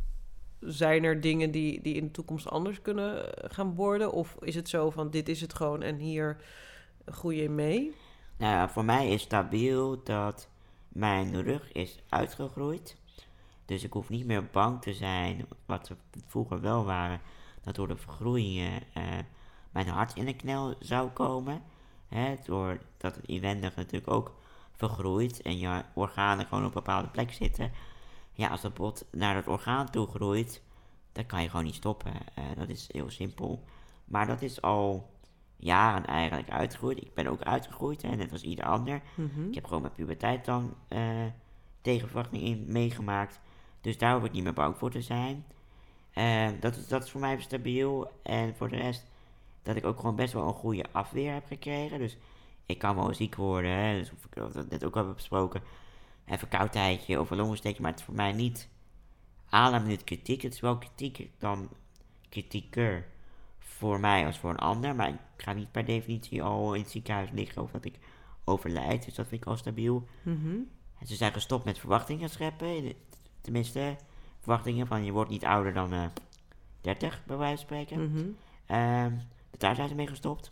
A: Zijn er dingen die, die in de toekomst anders kunnen gaan worden? Of is het zo van, dit is het gewoon en hier groei je mee?
B: Nou ja, voor mij is stabiel dat mijn rug is uitgegroeid. Dus ik hoef niet meer bang te zijn, wat we vroeger wel waren, dat door de vergroeien uh, mijn hart in de knel zou komen. Hè, doordat het inwendig natuurlijk ook vergroeit en je organen gewoon op een bepaalde plek zitten. Ja, als dat bot naar het orgaan toe groeit, dan kan je gewoon niet stoppen. Uh, dat is heel simpel. Maar dat is al jaren eigenlijk uitgegroeid. Ik ben ook uitgegroeid, hè, net als ieder ander.
A: Mm-hmm.
B: Ik heb gewoon mijn puberteit dan uh, tegenverwachting in meegemaakt. Dus daar hoef ik niet meer bang voor te zijn. Uh, dat, is, dat is voor mij stabiel. En voor de rest, dat ik ook gewoon best wel een goede afweer heb gekregen. Dus ik kan wel ziek worden, hè, dus of ik dat net ook al heb besproken. Een verkoudheidje of een longontsteking, maar het is voor mij niet à la minuut kritiek. Het is wel kritiek dan kritieker voor mij als voor een ander. Maar ik ga niet per definitie al in het ziekenhuis liggen of dat ik overlijd. Dus dat vind ik al stabiel.
A: Mm-hmm.
B: En ze zijn gestopt met verwachtingen scheppen. Tenminste, verwachtingen van je wordt niet ouder dan uh, dertig, bij wijze van spreken.
A: Mm-hmm.
B: Uh, daar zijn ze mee gestopt.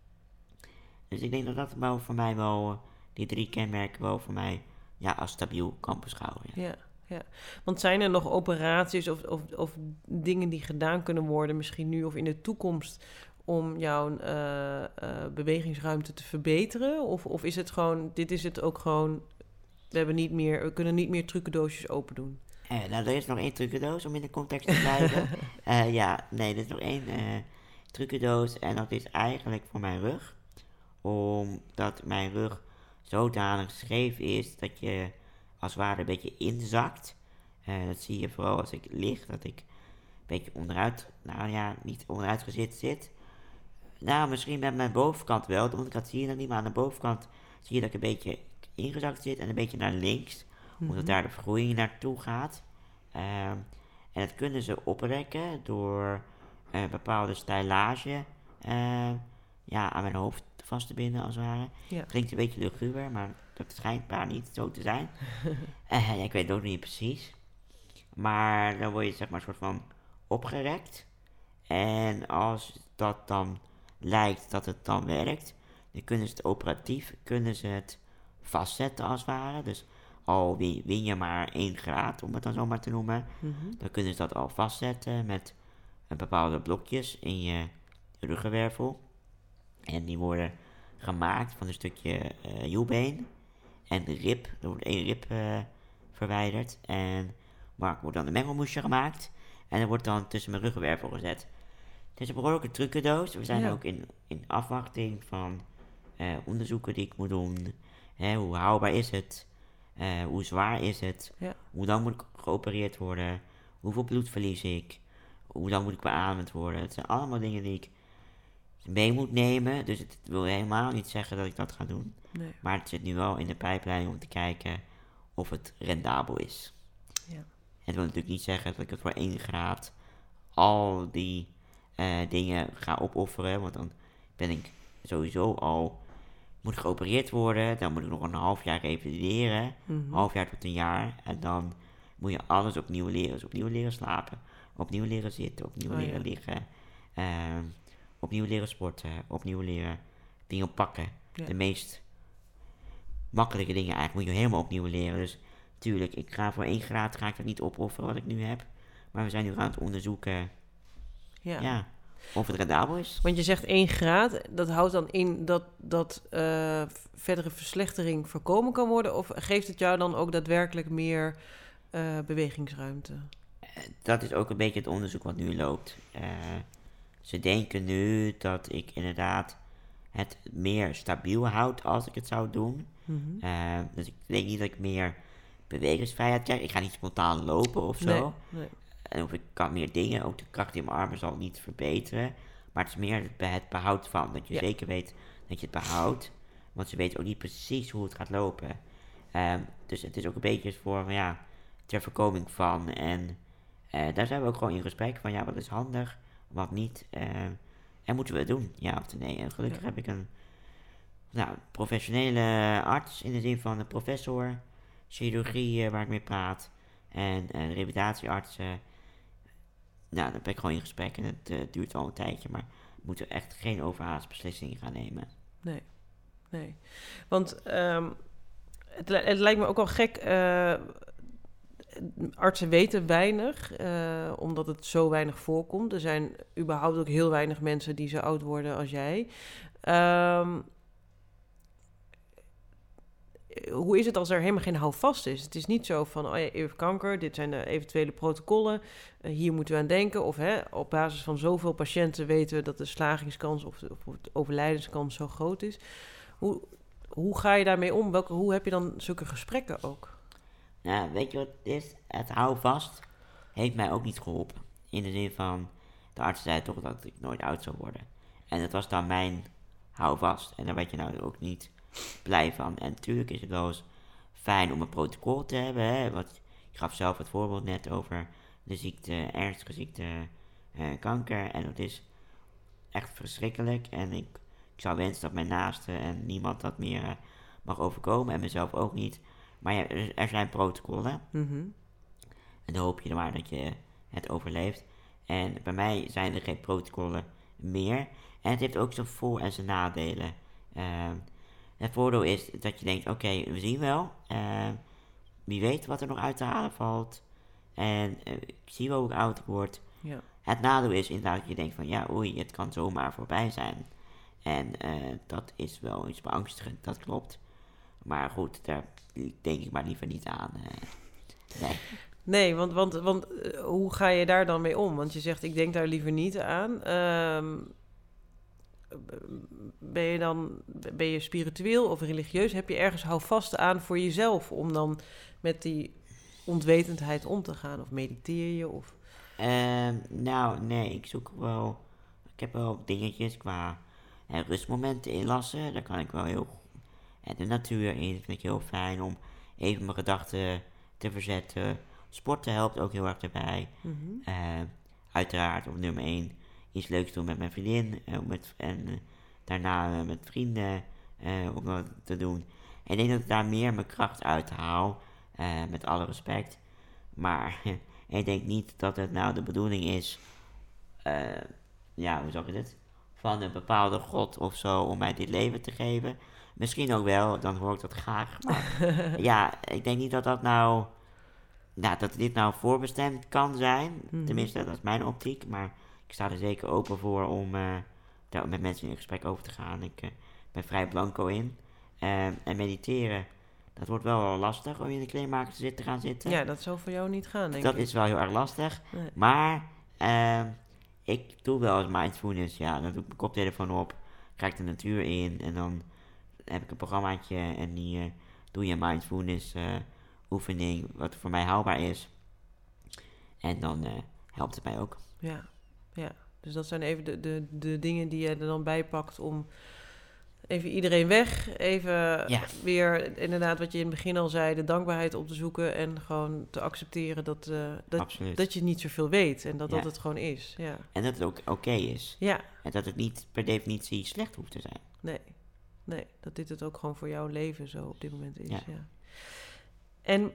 B: Dus ik denk dat dat wel voor mij wel, die drie kenmerken wel voor mij ja, als stabiel kan beschouwen. Ja.
A: Ja, ja. Want zijn er nog operaties of, of, of dingen die gedaan kunnen worden, misschien nu of in de toekomst, om jouw uh, uh, bewegingsruimte te verbeteren? Of, of is het gewoon, dit is het ook gewoon, we, hebben niet meer, we kunnen niet meer trucendoosjes open doen?
B: Uh, nou, er is nog één trucendoos om in de context te blijven. uh, ja, nee, er is nog één uh, trucendoos en dat is eigenlijk voor mijn rug. omdat mijn rug zodanig scheef is dat je als het ware een beetje inzakt. Uh, dat zie je vooral als ik lig, dat ik een beetje onderuit, nou ja, niet onderuit gezet zit. Nou, misschien met mijn bovenkant wel, want ik had zie je dan niet, maar aan de bovenkant zie je dat ik een beetje ingezakt zit en een beetje naar links, mm-hmm. omdat daar de vergroeiing naartoe gaat. Uh, en dat kunnen ze oprekken door uh, bepaalde stijlage uh, ja, aan mijn hoofd vast te binden, als het ware. Ja. Klinkt een beetje luguber, maar dat schijnt maar niet zo te zijn. uh, ik weet het ook niet precies. Maar dan word je zeg maar een soort van opgerekt. En als dat dan lijkt dat het dan werkt, dan kunnen ze het operatief, kunnen ze het vastzetten als het ware. Dus al win je maar één graad, om het dan zo maar te noemen, mm-hmm. dan kunnen ze dat al vastzetten met bepaalde blokjes in je ruggenwervel. En die worden gemaakt van een stukje uh, hielbeen en de rib. Er wordt één rib uh, verwijderd en maar wordt dan een mengelmoesje gemaakt. En dat wordt dan tussen mijn ruggenwervel gezet. Het is een behoorlijke trucendoos. We zijn ja. ook in, in afwachting van uh, onderzoeken die ik moet doen. Hè, hoe houdbaar is het? Uh, hoe zwaar is het? Ja. Hoe lang moet ik geopereerd worden? Hoeveel bloed verlies ik? Hoe lang moet ik beademd worden? Het zijn allemaal dingen die ik mee moet nemen. Dus het wil helemaal niet zeggen dat ik dat ga doen. Nee. Maar het zit nu wel in de pijplijn om te kijken of het rendabel is. Ja. Het wil natuurlijk niet zeggen dat ik het voor één graad al die uh, dingen ga opofferen. Want dan ben ik sowieso al, moet geopereerd worden. Dan moet ik nog een half jaar revalideren. Mm-hmm. Een half jaar tot een jaar. En dan moet je alles opnieuw leren. Dus opnieuw leren slapen. Opnieuw leren zitten. Opnieuw oh, leren ja. liggen. Uh, opnieuw leren sporten. Opnieuw leren dingen pakken. Ja. De meest makkelijke dingen eigenlijk moet je helemaal opnieuw leren. Dus tuurlijk, ik ga voor één graad ga ik dat niet opofferen wat ik nu heb. Maar we zijn nu aan het onderzoeken ja. Ja, of het rendabel is.
A: Want je zegt één graad, dat houdt dan in dat, dat uh, verdere verslechtering voorkomen kan worden? Of geeft het jou dan ook daadwerkelijk meer uh, bewegingsruimte?
B: Uh, dat is ook een beetje het onderzoek wat nu loopt. Uh, ze denken nu dat ik inderdaad het meer stabiel houd als ik het zou doen. Mm-hmm. Uh, dus ik denk niet dat ik meer bewegingsvrijheid krijg. Ik ga niet spontaan lopen of zo. Nee, nee. En of ik kan meer dingen, ook de kracht in mijn armen zal niet verbeteren. Maar het is meer het, het behoud van. Dat je ja. zeker weet dat je het behoudt. Want ze weten ook niet precies hoe het gaat lopen. Um, dus het is ook een beetje voor, ja, ter voorkoming van. En uh, daar zijn we ook gewoon in gesprek van, ja, wat is handig, wat niet. Uh, en moeten we het doen, ja of nee. En gelukkig ja. heb ik een nou, professionele arts, in de zin van een professor, chirurgie uh, waar ik mee praat. En uh, de revalidatieartsen. Uh, nou, daar ben ik gewoon in gesprek en het uh, duurt al een tijdje, maar we moeten echt geen overhaast beslissingen gaan nemen.
A: Nee, nee. Want um, het, het lijkt me ook al gek. Uh, artsen weten weinig, uh, omdat het zo weinig voorkomt. Er zijn überhaupt ook heel weinig mensen die zo oud worden als jij. Um, Hoe is het als er helemaal geen houvast is? Het is niet zo van, oh ja, je hebt kanker, dit zijn de eventuele protocollen, uh, hier moeten we aan denken. Of hè, op basis van zoveel patiënten weten we dat de slagingskans of de, of de overlijdenskans zo groot is. Hoe, hoe ga je daarmee om? Welke, hoe heb je dan zulke gesprekken ook?
B: Nou, weet je wat het is? Het houvast heeft mij ook niet geholpen. In de zin van, de arts zei toch dat ik nooit oud zou worden. En dat was dan mijn houvast. En daar werd je nou ook niet blij van. En natuurlijk is het wel eens fijn om een protocol te hebben. Hè? Wat, je gaf zelf het voorbeeld net over de ziekte, ernstige ziekte, uh, kanker. En dat is echt verschrikkelijk. En ik, ik zou wensen dat mijn naasten en niemand dat meer uh, mag overkomen. En mezelf ook niet. Maar ja, er, er zijn protocollen. Mm-hmm. En dan hoop je maar dat je het overleeft. En bij mij zijn er geen protocollen meer. En het heeft ook zijn voor- en zijn nadelen. Uh, Het voordeel is dat je denkt, oké, okay, we zien wel. Uh, wie weet wat er nog uit te halen valt. En uh, ik zie wel hoe oud ik word. Ja. Het nadeel is inderdaad dat je denkt van, ja, oei, het kan zomaar voorbij zijn. En uh, dat is wel iets beangstigend, dat klopt. Maar goed, daar denk ik maar liever niet aan. Uh, nee.
A: Nee, want, want, want uh, hoe ga je daar dan mee om? Want je zegt, ik denk daar liever niet aan. Uh, ben je dan ben je spiritueel of religieus? Heb je ergens houvast aan voor jezelf om dan met die ontwetendheid om te gaan? Of mediteer je? Of...
B: Ehm, nou, nee, ik zoek wel... Ik heb wel dingetjes qua eh, rustmomenten inlassen. Daar kan ik wel heel... En de natuur in vind ik heel fijn om even mijn gedachten te verzetten. Sporten helpt ook heel erg erbij.
A: Mm-hmm.
B: Uh, uiteraard op nummer één iets leuks doen met mijn vriendin. Uh, met, en uh, daarna uh, met vrienden uh, om dat te doen. En ik denk dat ik daar meer mijn kracht uit haal. Uh, met alle respect. Maar ik denk niet dat het nou de bedoeling is... Uh, ja, hoe zeg je dit? Van een bepaalde god of zo om mij dit leven te geven. Misschien ook wel, dan hoor ik dat graag. Maar ja, ik denk niet dat dat nou... Nou, dat dit nou voorbestemd kan zijn. Mm-hmm. Tenminste, dat is mijn optiek. Maar ik sta er zeker open voor om uh, daar met mensen in gesprek over te gaan. Ik uh, ben vrij blanco in. Uh, en mediteren, dat wordt wel lastig om in de kleermaker te zitten, gaan zitten.
A: Ja, dat zou voor jou niet gaan, denk
B: dat
A: ik.
B: Dat is wel heel erg lastig.
A: Nee.
B: Maar uh, ik doe wel eens mindfulness. Ja, dan doe ik mijn koptelefoon op. Ga ik de natuur in. En dan heb ik een programmaatje. En die uh, doe je mindfulness... Uh, oefening, wat voor mij haalbaar is. En dan uh, helpt het mij ook.
A: Ja, ja. Dus dat zijn even de, de, de dingen die je er dan bij pakt om even iedereen weg. Even ja. weer, inderdaad, wat je in het begin al zei, de dankbaarheid op te zoeken en gewoon te accepteren dat, uh, dat, dat je niet zoveel weet en dat ja. dat het gewoon is. Ja.
B: En dat het ook oké okay is.
A: Ja.
B: En dat het niet per definitie slecht hoeft te zijn.
A: Nee, nee, dat dit het ook gewoon voor jouw leven zo op dit moment is. Ja. ja. En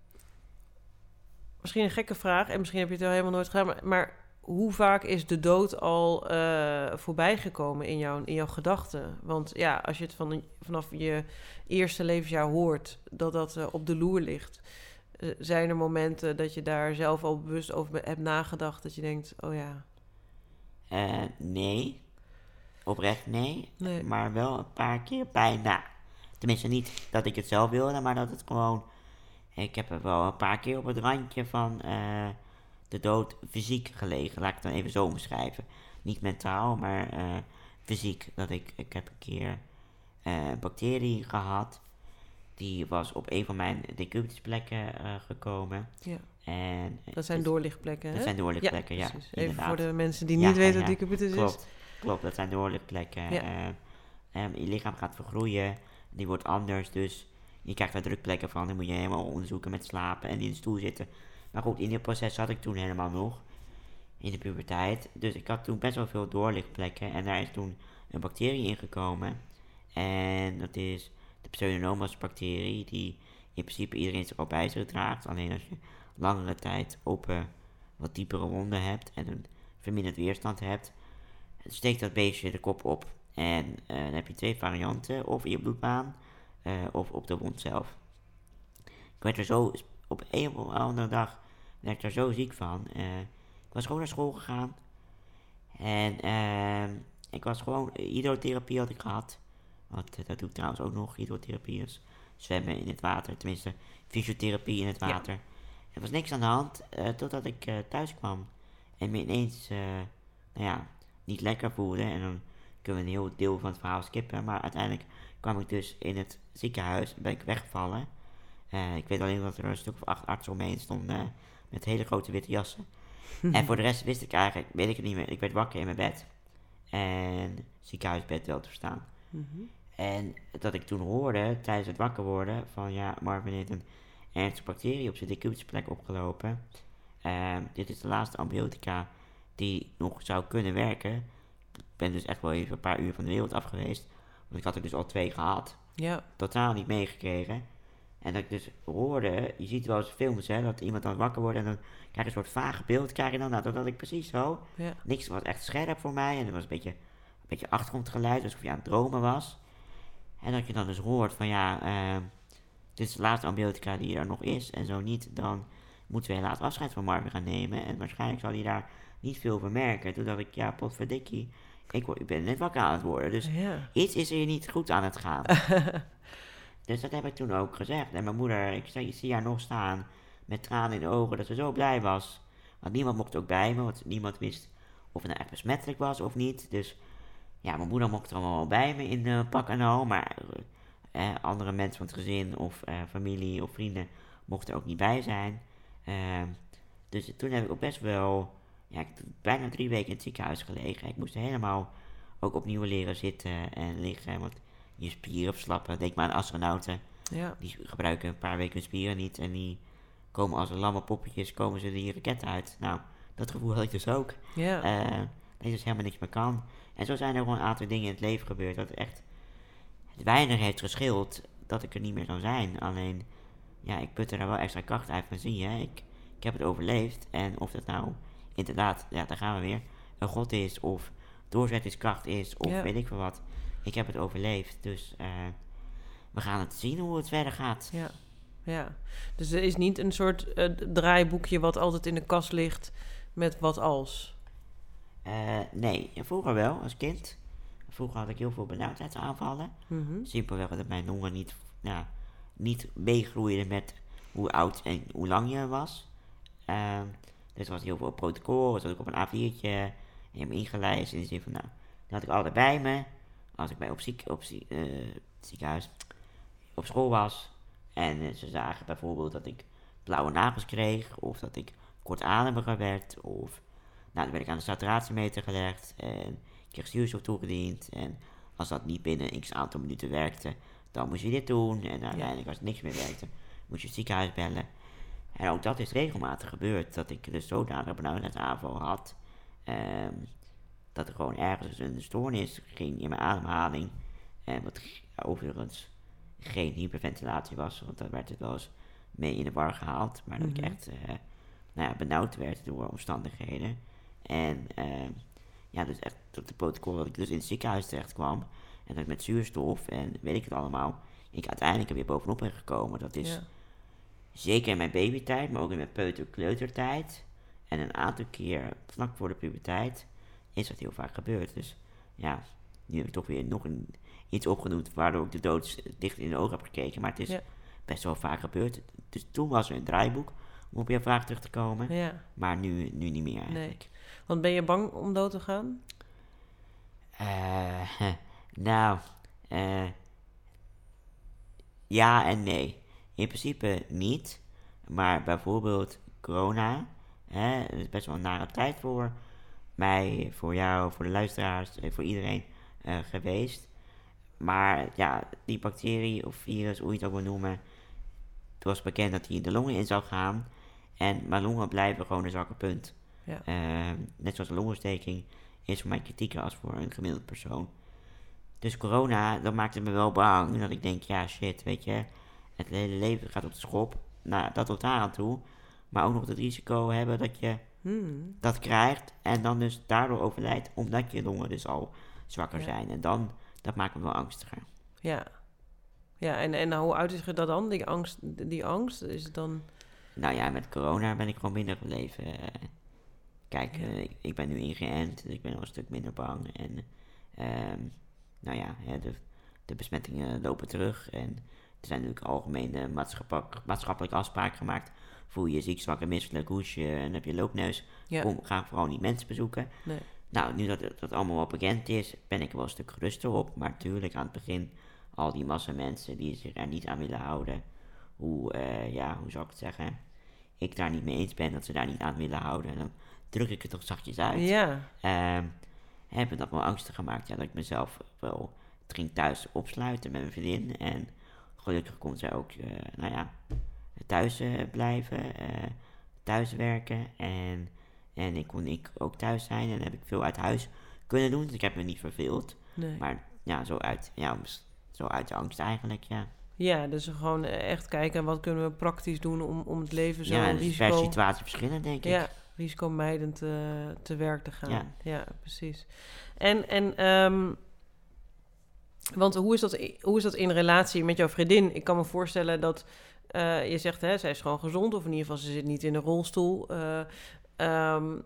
A: misschien een gekke vraag, en misschien heb je het wel helemaal nooit gedaan, maar, maar hoe vaak is de dood al uh, voorbijgekomen in, jou, in jouw gedachten? Want ja, als je het van, vanaf je eerste levensjaar hoort dat dat uh, op de loer ligt, uh, zijn er momenten dat je daar zelf al bewust over hebt nagedacht, dat je denkt, oh ja.
B: Uh, nee, oprecht nee,
A: nee,
B: maar wel een paar keer bijna. Tenminste niet dat ik het zelf wilde, maar dat het gewoon... Ik heb er wel een paar keer op het randje van uh, de dood fysiek gelegen. Laat ik het dan even zo omschrijven. Niet mentaal, maar uh, fysiek. Dat ik, ik heb een keer uh, een bacterie gehad. Die was op een van mijn decubitusplekken uh, gekomen.
A: Ja.
B: En,
A: dat zijn doorlichtplekken, hè?
B: Dat zijn doorlichtplekken, ja.
A: ja even voor de mensen die niet ja, weten wat
B: ja,
A: decubitus
B: klopt,
A: is.
B: Klopt, dat zijn doorlichtplekken.
A: Ja.
B: Uh, um, je lichaam gaat vergroeien. Die wordt anders, dus... Je krijgt daar drukplekken van, dan moet je helemaal onderzoeken met slapen en in de stoel zitten. Maar goed, in dit proces zat ik toen helemaal nog, in de puberteit. Dus ik had toen best wel veel doorlichtplekken en daar is toen een bacterie ingekomen. En dat is de Pseudomonas bacterie, die in principe iedereen zich al bij zich draagt. Alleen als je langere tijd open, wat diepere wonden hebt en een verminderd weerstand hebt, steekt dat beestje de kop op. En uh, dan heb je twee varianten, of in je bloedbaan, Uh, of op de wond zelf. Ik werd er zo, op een of andere dag, werd ik er zo ziek van. Uh, ik was gewoon naar school gegaan. En uh, ik was gewoon, hydrotherapie had ik gehad. Want uh, dat doe ik trouwens ook nog, hydrotherapie is zwemmen in het water. Tenminste, fysiotherapie in het water. Ja. Er was niks aan de hand, uh, totdat ik uh, thuis kwam. En me ineens, uh, nou ja, niet lekker voelde. En dan kunnen we een heel deel van het verhaal skippen. Maar uiteindelijk kwam ik dus in het ziekenhuis, ben ik weggevallen. Uh, ik weet alleen dat er een stuk of acht artsen omheen stonden, uh, met hele grote witte jassen. En voor de rest wist ik eigenlijk, weet ik het niet meer. Ik werd wakker in mijn bed. En ziekenhuisbed wel te verstaan.
A: Mm-hmm.
B: En dat ik toen hoorde, tijdens het wakker worden, van ja, Marvin heeft een ernstige bacterie op zijn decubitusplek opgelopen. Uh, dit is de laatste antibiotica die nog zou kunnen werken. Ik ben dus echt wel even een paar uur van de wereld af geweest. Want ik had er dus al twee gehad.
A: Ja.
B: Totaal niet meegekregen. En dat ik dus hoorde, je ziet wel eens films, hè, dat iemand dan wakker wordt en dan krijg je een soort vage beeld, krijg je dan. Nou, dat had ik precies zo.
A: Ja.
B: Niks was echt scherp voor mij en er was een beetje, een beetje achtergrondgeluid, alsof je aan het dromen was. En dat je dan dus hoort van ja, uh, dit is de laatste antibiotica die er nog is. En zo niet, dan moeten we helaas afscheid van Marvin gaan nemen. En waarschijnlijk zal hij daar niet veel van merken. Toen dacht ik, ja, potverdikkie. Ik, word, ik ben net wakker aan het worden, dus
A: ja.
B: iets is er niet goed aan het gaan. Dus dat heb ik toen ook gezegd. En mijn moeder, ik, zei, ik zie haar nog staan met tranen in de ogen, dat ze zo blij was. Want niemand mocht ook bij me, want niemand wist of het nou echt besmettelijk was of niet. Dus ja, mijn moeder mocht er allemaal wel bij me in uh, pak en al, maar uh, andere mensen van het gezin of uh, familie of vrienden mochten er ook niet bij zijn. Uh, dus toen heb ik ook best wel, ja, ik heb bijna drie weken in het ziekenhuis gelegen. Ik moest helemaal ook opnieuw leren zitten en liggen, want je spieren verslappen. Denk maar aan astronauten,
A: Ja.
B: die gebruiken een paar weken hun spieren niet en die komen als een lamme poppetjes, komen ze die raket uit. Nou, dat gevoel had ik dus ook.
A: Ja.
B: Uh, dat je dus helemaal niks meer kan. En zo zijn er gewoon een aantal dingen in het leven gebeurd dat het echt het weinig heeft geschild dat ik er niet meer zou zijn. Alleen, ja, ik putte er wel extra kracht uit van, zie je, ik, ik heb het overleefd. En of dat nou inderdaad, ja, daar gaan we weer, een god is of doorzettingskracht is of
A: Ja.
B: weet ik veel wat. Ik heb het overleefd, dus uh, we gaan het zien hoe het verder gaat.
A: Ja. Ja, dus er is niet een soort uh, draaiboekje wat altijd in de kast ligt met wat als?
B: Uh, nee, vroeger wel, als kind. Vroeger had ik heel veel benauwdheidsaanvallen.
A: Mm-hmm.
B: Simpelweg dat mijn longen niet, ja, niet meegroeiden met hoe oud en hoe lang je was. Uh, dus er was heel veel protocol, er zat ook op een A viertje, helemaal ingelijst in de zin van, nou, dat had ik altijd bij me. Als ik bij op, ziek, op ziek, uh, ziekenhuis, op school was. En uh, ze zagen bijvoorbeeld dat ik blauwe nagels kreeg, of dat ik kortademiger werd, of, nou, dan werd ik aan de saturatiemeter gelegd en ik kreeg zuurstof toegediend. En als dat niet binnen x aantal minuten werkte, dan moest je dit doen. En uiteindelijk, als het niks meer werkte, moest je het ziekenhuis bellen. En ook dat is regelmatig gebeurd, dat ik dus zodanig benauwdheidsaanval had, um, dat er gewoon ergens een stoornis ging in mijn ademhaling. En wat overigens geen hyperventilatie was, want daar werd het wel eens mee in de war gehaald. Maar dat mm-hmm. ik echt uh, nou ja, benauwd werd door omstandigheden. En uh, ja, dus echt op de protocol dat ik dus in het ziekenhuis terecht kwam. En dat ik met zuurstof en weet ik het allemaal, ik uiteindelijk er weer bovenop ben gekomen. Dat is ja. zeker in mijn babytijd, maar ook in mijn peuter-kleutertijd. En een aantal keer vlak voor de puberteit is dat heel vaak gebeurd. Dus ja, nu heb ik toch weer nog een, iets opgenoemd waardoor ik de dood dicht in de ogen heb gekeken. Maar het is ja. best wel vaak gebeurd. Dus toen was er een draaiboek om op je vraag terug te komen.
A: Ja.
B: Maar nu, nu niet meer eigenlijk.
A: Nee. Want ben je bang om dood te gaan?
B: Uh, nou, uh, ja en nee. In principe niet. Maar bijvoorbeeld corona, hè, er is best wel een nare tijd voor mij, voor jou, voor de luisteraars, voor iedereen uh, geweest. Maar ja, die bacterie of virus, hoe je het ook wil noemen, het was bekend dat hij de longen in zou gaan. En mijn longen blijven gewoon een zwakke punt.
A: Ja.
B: Uh, net zoals een longontsteking is voor mij kritieker als voor een gemiddeld persoon. Dus corona, dat maakte me wel bang. Dat ik denk, ja shit, weet je, het hele leven gaat op de schop. Nou, dat tot daar aan toe. Maar ook nog het risico hebben dat je hmm. dat krijgt. En dan dus daardoor overlijdt, omdat je longen dus al zwakker ja. zijn. En dan, dat maakt me wel angstiger.
A: Ja. Ja, en, en hoe oud is dat dan, die angst? Die angst? Is het dan...
B: Nou ja, met corona ben ik gewoon minder gebleven. Kijk, ja. uh, ik, ik ben nu ingeënt, dus ik ben al een stuk minder bang. En um, nou ja, hè, de, de besmettingen lopen terug. En er zijn natuurlijk algemene maatschappelijk, maatschappelijke afspraken gemaakt. Voel je je ziek, zwak en misselijk, hoes je en heb je loopneus. Ja. Kom, ga vooral niet mensen bezoeken.
A: Nee.
B: Nou, nu dat dat allemaal wel bekend is, ben ik er wel een stuk geruster op. Maar natuurlijk aan het begin, al die massa mensen die zich er niet aan willen houden. Hoe, uh, ja, hoe zou ik het zeggen? Ik daar niet mee eens ben dat ze daar niet aan willen houden. En dan druk ik het toch zachtjes uit.
A: Ja.
B: Um, heb dat wel angstig gemaakt. Ja, dat ik mezelf wel... Het ging thuis opsluiten met mijn vriendin. En gelukkig kon zij ook, uh, nou ja, thuis uh, blijven. Uh, thuis werken. En, en ik kon ik ook thuis zijn. En heb ik veel uit huis kunnen doen. Dus ik heb me niet verveeld.
A: Nee.
B: Maar ja, zo uit, ja, zo uit de angst eigenlijk, ja.
A: Ja, dus gewoon echt kijken wat kunnen we praktisch doen om, om het leven zo
B: ja,
A: risico...
B: Ja, per situatie verschillen, denk ik.
A: Ja, risicomijdend uh, te werk te gaan.
B: Ja,
A: ja precies. En, en um, want hoe is, dat, hoe is dat in relatie met jouw vriendin? Ik kan me voorstellen dat uh, je zegt, hè, zij is gewoon gezond, of in ieder geval ze zit niet in een rolstoel. Uh, um,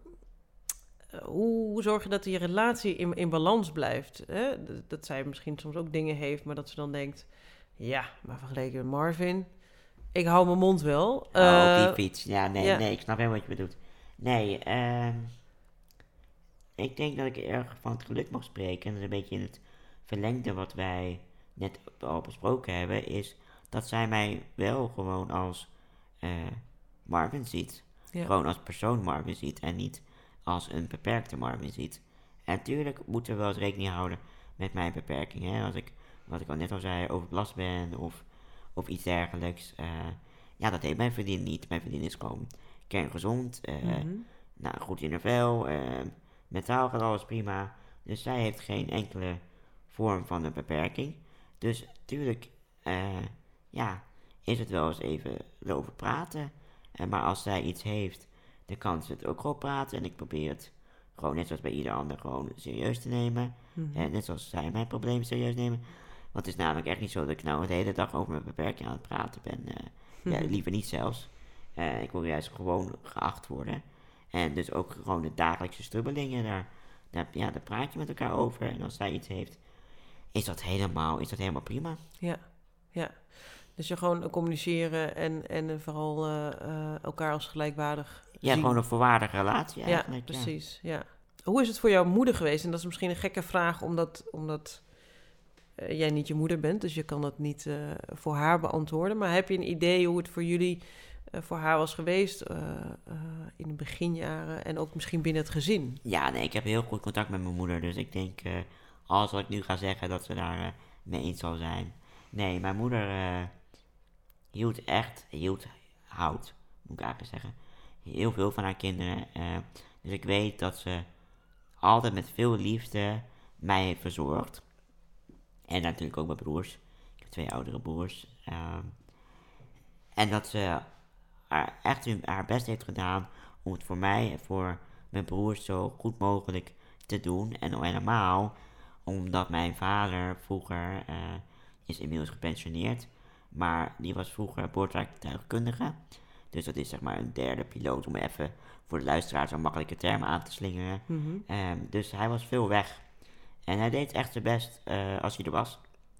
A: hoe zorg je dat die relatie in, in balans blijft? Hè? Dat, dat zij misschien soms ook dingen heeft, maar dat ze dan denkt... Ja, maar vergeleken met Marvin, ik hou mijn mond wel.
B: Oh, uh, op die fiets. Ja, nee,
A: ja.
B: nee, ik snap helemaal wat je bedoelt. Nee, uh, ik denk dat ik erg van het geluk mag spreken. En dat is een beetje in het verlengde wat wij net al besproken hebben. Is dat zij mij wel gewoon als uh, Marvin ziet. Ja. Gewoon als persoon Marvin ziet. En niet als een beperkte Marvin ziet. En natuurlijk moeten we wel eens rekening houden met mijn beperkingen. Hè? Als ik, wat ik al net al zei, overbelast ben of, of iets dergelijks. Uh, ja, dat heeft mijn vriendin niet. Mijn vriendin is gewoon kerngezond. Uh, mm-hmm. Nou, goed in haar vel. Uh, mentaal gaat alles prima. Dus zij heeft geen enkele vorm van een beperking. Dus natuurlijk, uh, ja, is het wel eens even erover praten. Uh, maar als zij iets heeft, dan kan ze het ook gewoon praten. En ik probeer het gewoon net zoals bij ieder ander gewoon serieus te nemen. Mm-hmm. En net zoals zij mijn problemen serieus nemen. Want het is namelijk echt niet zo dat ik nou de hele dag over mijn beperking aan het praten ben. Uh, mm-hmm. Ja, liever niet zelfs. Uh, ik wil juist gewoon geacht worden. En dus ook gewoon de dagelijkse strubbelingen, daar, daar, ja, daar praat je met elkaar over. En als zij iets heeft, is dat helemaal, is dat helemaal prima.
A: Ja, ja. Dus je gewoon communiceren en, en vooral uh, uh, elkaar als gelijkwaardig
B: Ja,
A: zien.
B: Gewoon een volwaardige relatie eigenlijk.
A: Ja, precies, ja. ja. Hoe is het voor jouw moeder geweest? En dat is misschien een gekke vraag, omdat, omdat uh, jij niet je moeder bent. Dus je kan dat niet uh, voor haar beantwoorden. Maar heb je een idee hoe het voor jullie... Uh, voor haar was geweest uh, uh, in de beginjaren en ook misschien binnen het gezin?
B: Ja, nee, ik heb heel goed contact met mijn moeder, dus ik denk uh, alles wat ik nu ga zeggen, dat ze daar uh, mee eens zal zijn. Nee, mijn moeder uh, hield echt, hield, houdt, moet ik eigenlijk zeggen, heel veel van haar kinderen. Uh, dus ik weet dat ze altijd met veel liefde mij heeft verzorgd. En natuurlijk ook mijn broers. Ik heb twee oudere broers. Uh, en dat ze... haar, echt haar best heeft gedaan om het voor mij en voor mijn broers zo goed mogelijk te doen. En helemaal omdat mijn vader vroeger uh, is inmiddels gepensioneerd. Maar die was vroeger boordrijtuigkundige. Dus dat is zeg maar een derde piloot, om even voor de luisteraars een makkelijke term aan te slingeren. Mm-hmm. Um, dus hij was veel weg. En hij deed echt zijn best uh, als hij er was.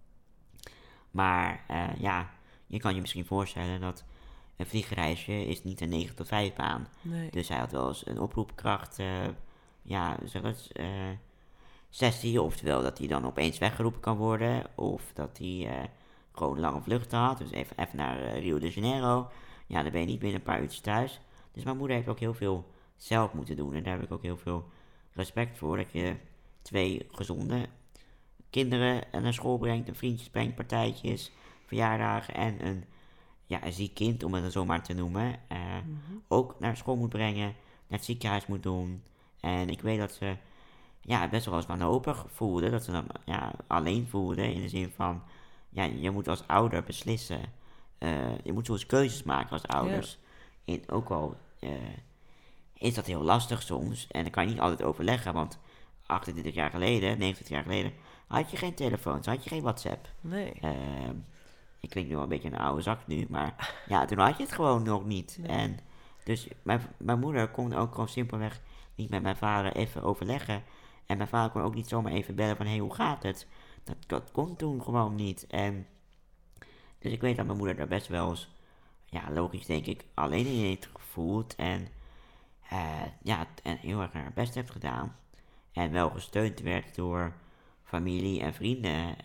B: Maar uh, ja, je kan je misschien voorstellen dat een vliegreisje is niet een negen tot vijf baan. Nee. Dus hij had wel eens een oproepkracht, uh, ja, zeg eens, uh, sessie. Oftewel dat hij dan opeens weggeroepen kan worden. Of dat hij uh, gewoon lange vluchten had. Dus even, even naar uh, Rio de Janeiro. Ja, dan ben je niet binnen een paar uurtjes thuis. Dus mijn moeder heeft ook heel veel zelf moeten doen. En daar heb ik ook heel veel respect voor. Dat je twee gezonde kinderen naar school brengt. Een vriendjes brengt, partijtjes, verjaardagen en een... ja, een ziek kind, om het dan zomaar te noemen, uh, mm-hmm. ook naar school moet brengen, naar het ziekenhuis moet doen. En ik weet dat ze ja, best wel eens wanhopig voelde, dat ze dan ja, alleen voelde, in de zin van, ja, je moet als ouder beslissen. Uh, je moet soms keuzes maken als ouders. Yeah. En ook al uh, is dat heel lastig soms, en dan kan je niet altijd overleggen, want achtentwintig jaar geleden, negenentwintig jaar geleden, had je geen telefoons, had je geen WhatsApp.
A: Nee.
B: Uh, Ik klink nu wel een beetje een oude zak nu, maar ja, toen had je het gewoon nog niet. Nee. En dus mijn, mijn moeder kon ook gewoon simpelweg niet met mijn vader even overleggen. En mijn vader kon ook niet zomaar even bellen van, hé, hey, hoe gaat het? Dat, dat kon toen gewoon niet. En dus ik weet dat mijn moeder daar best wel eens, ja, logisch denk ik, alleen in heeft gevoeld. En uh, ja, en heel erg haar best heeft gedaan. En wel gesteund werd door familie en vrienden. Uh,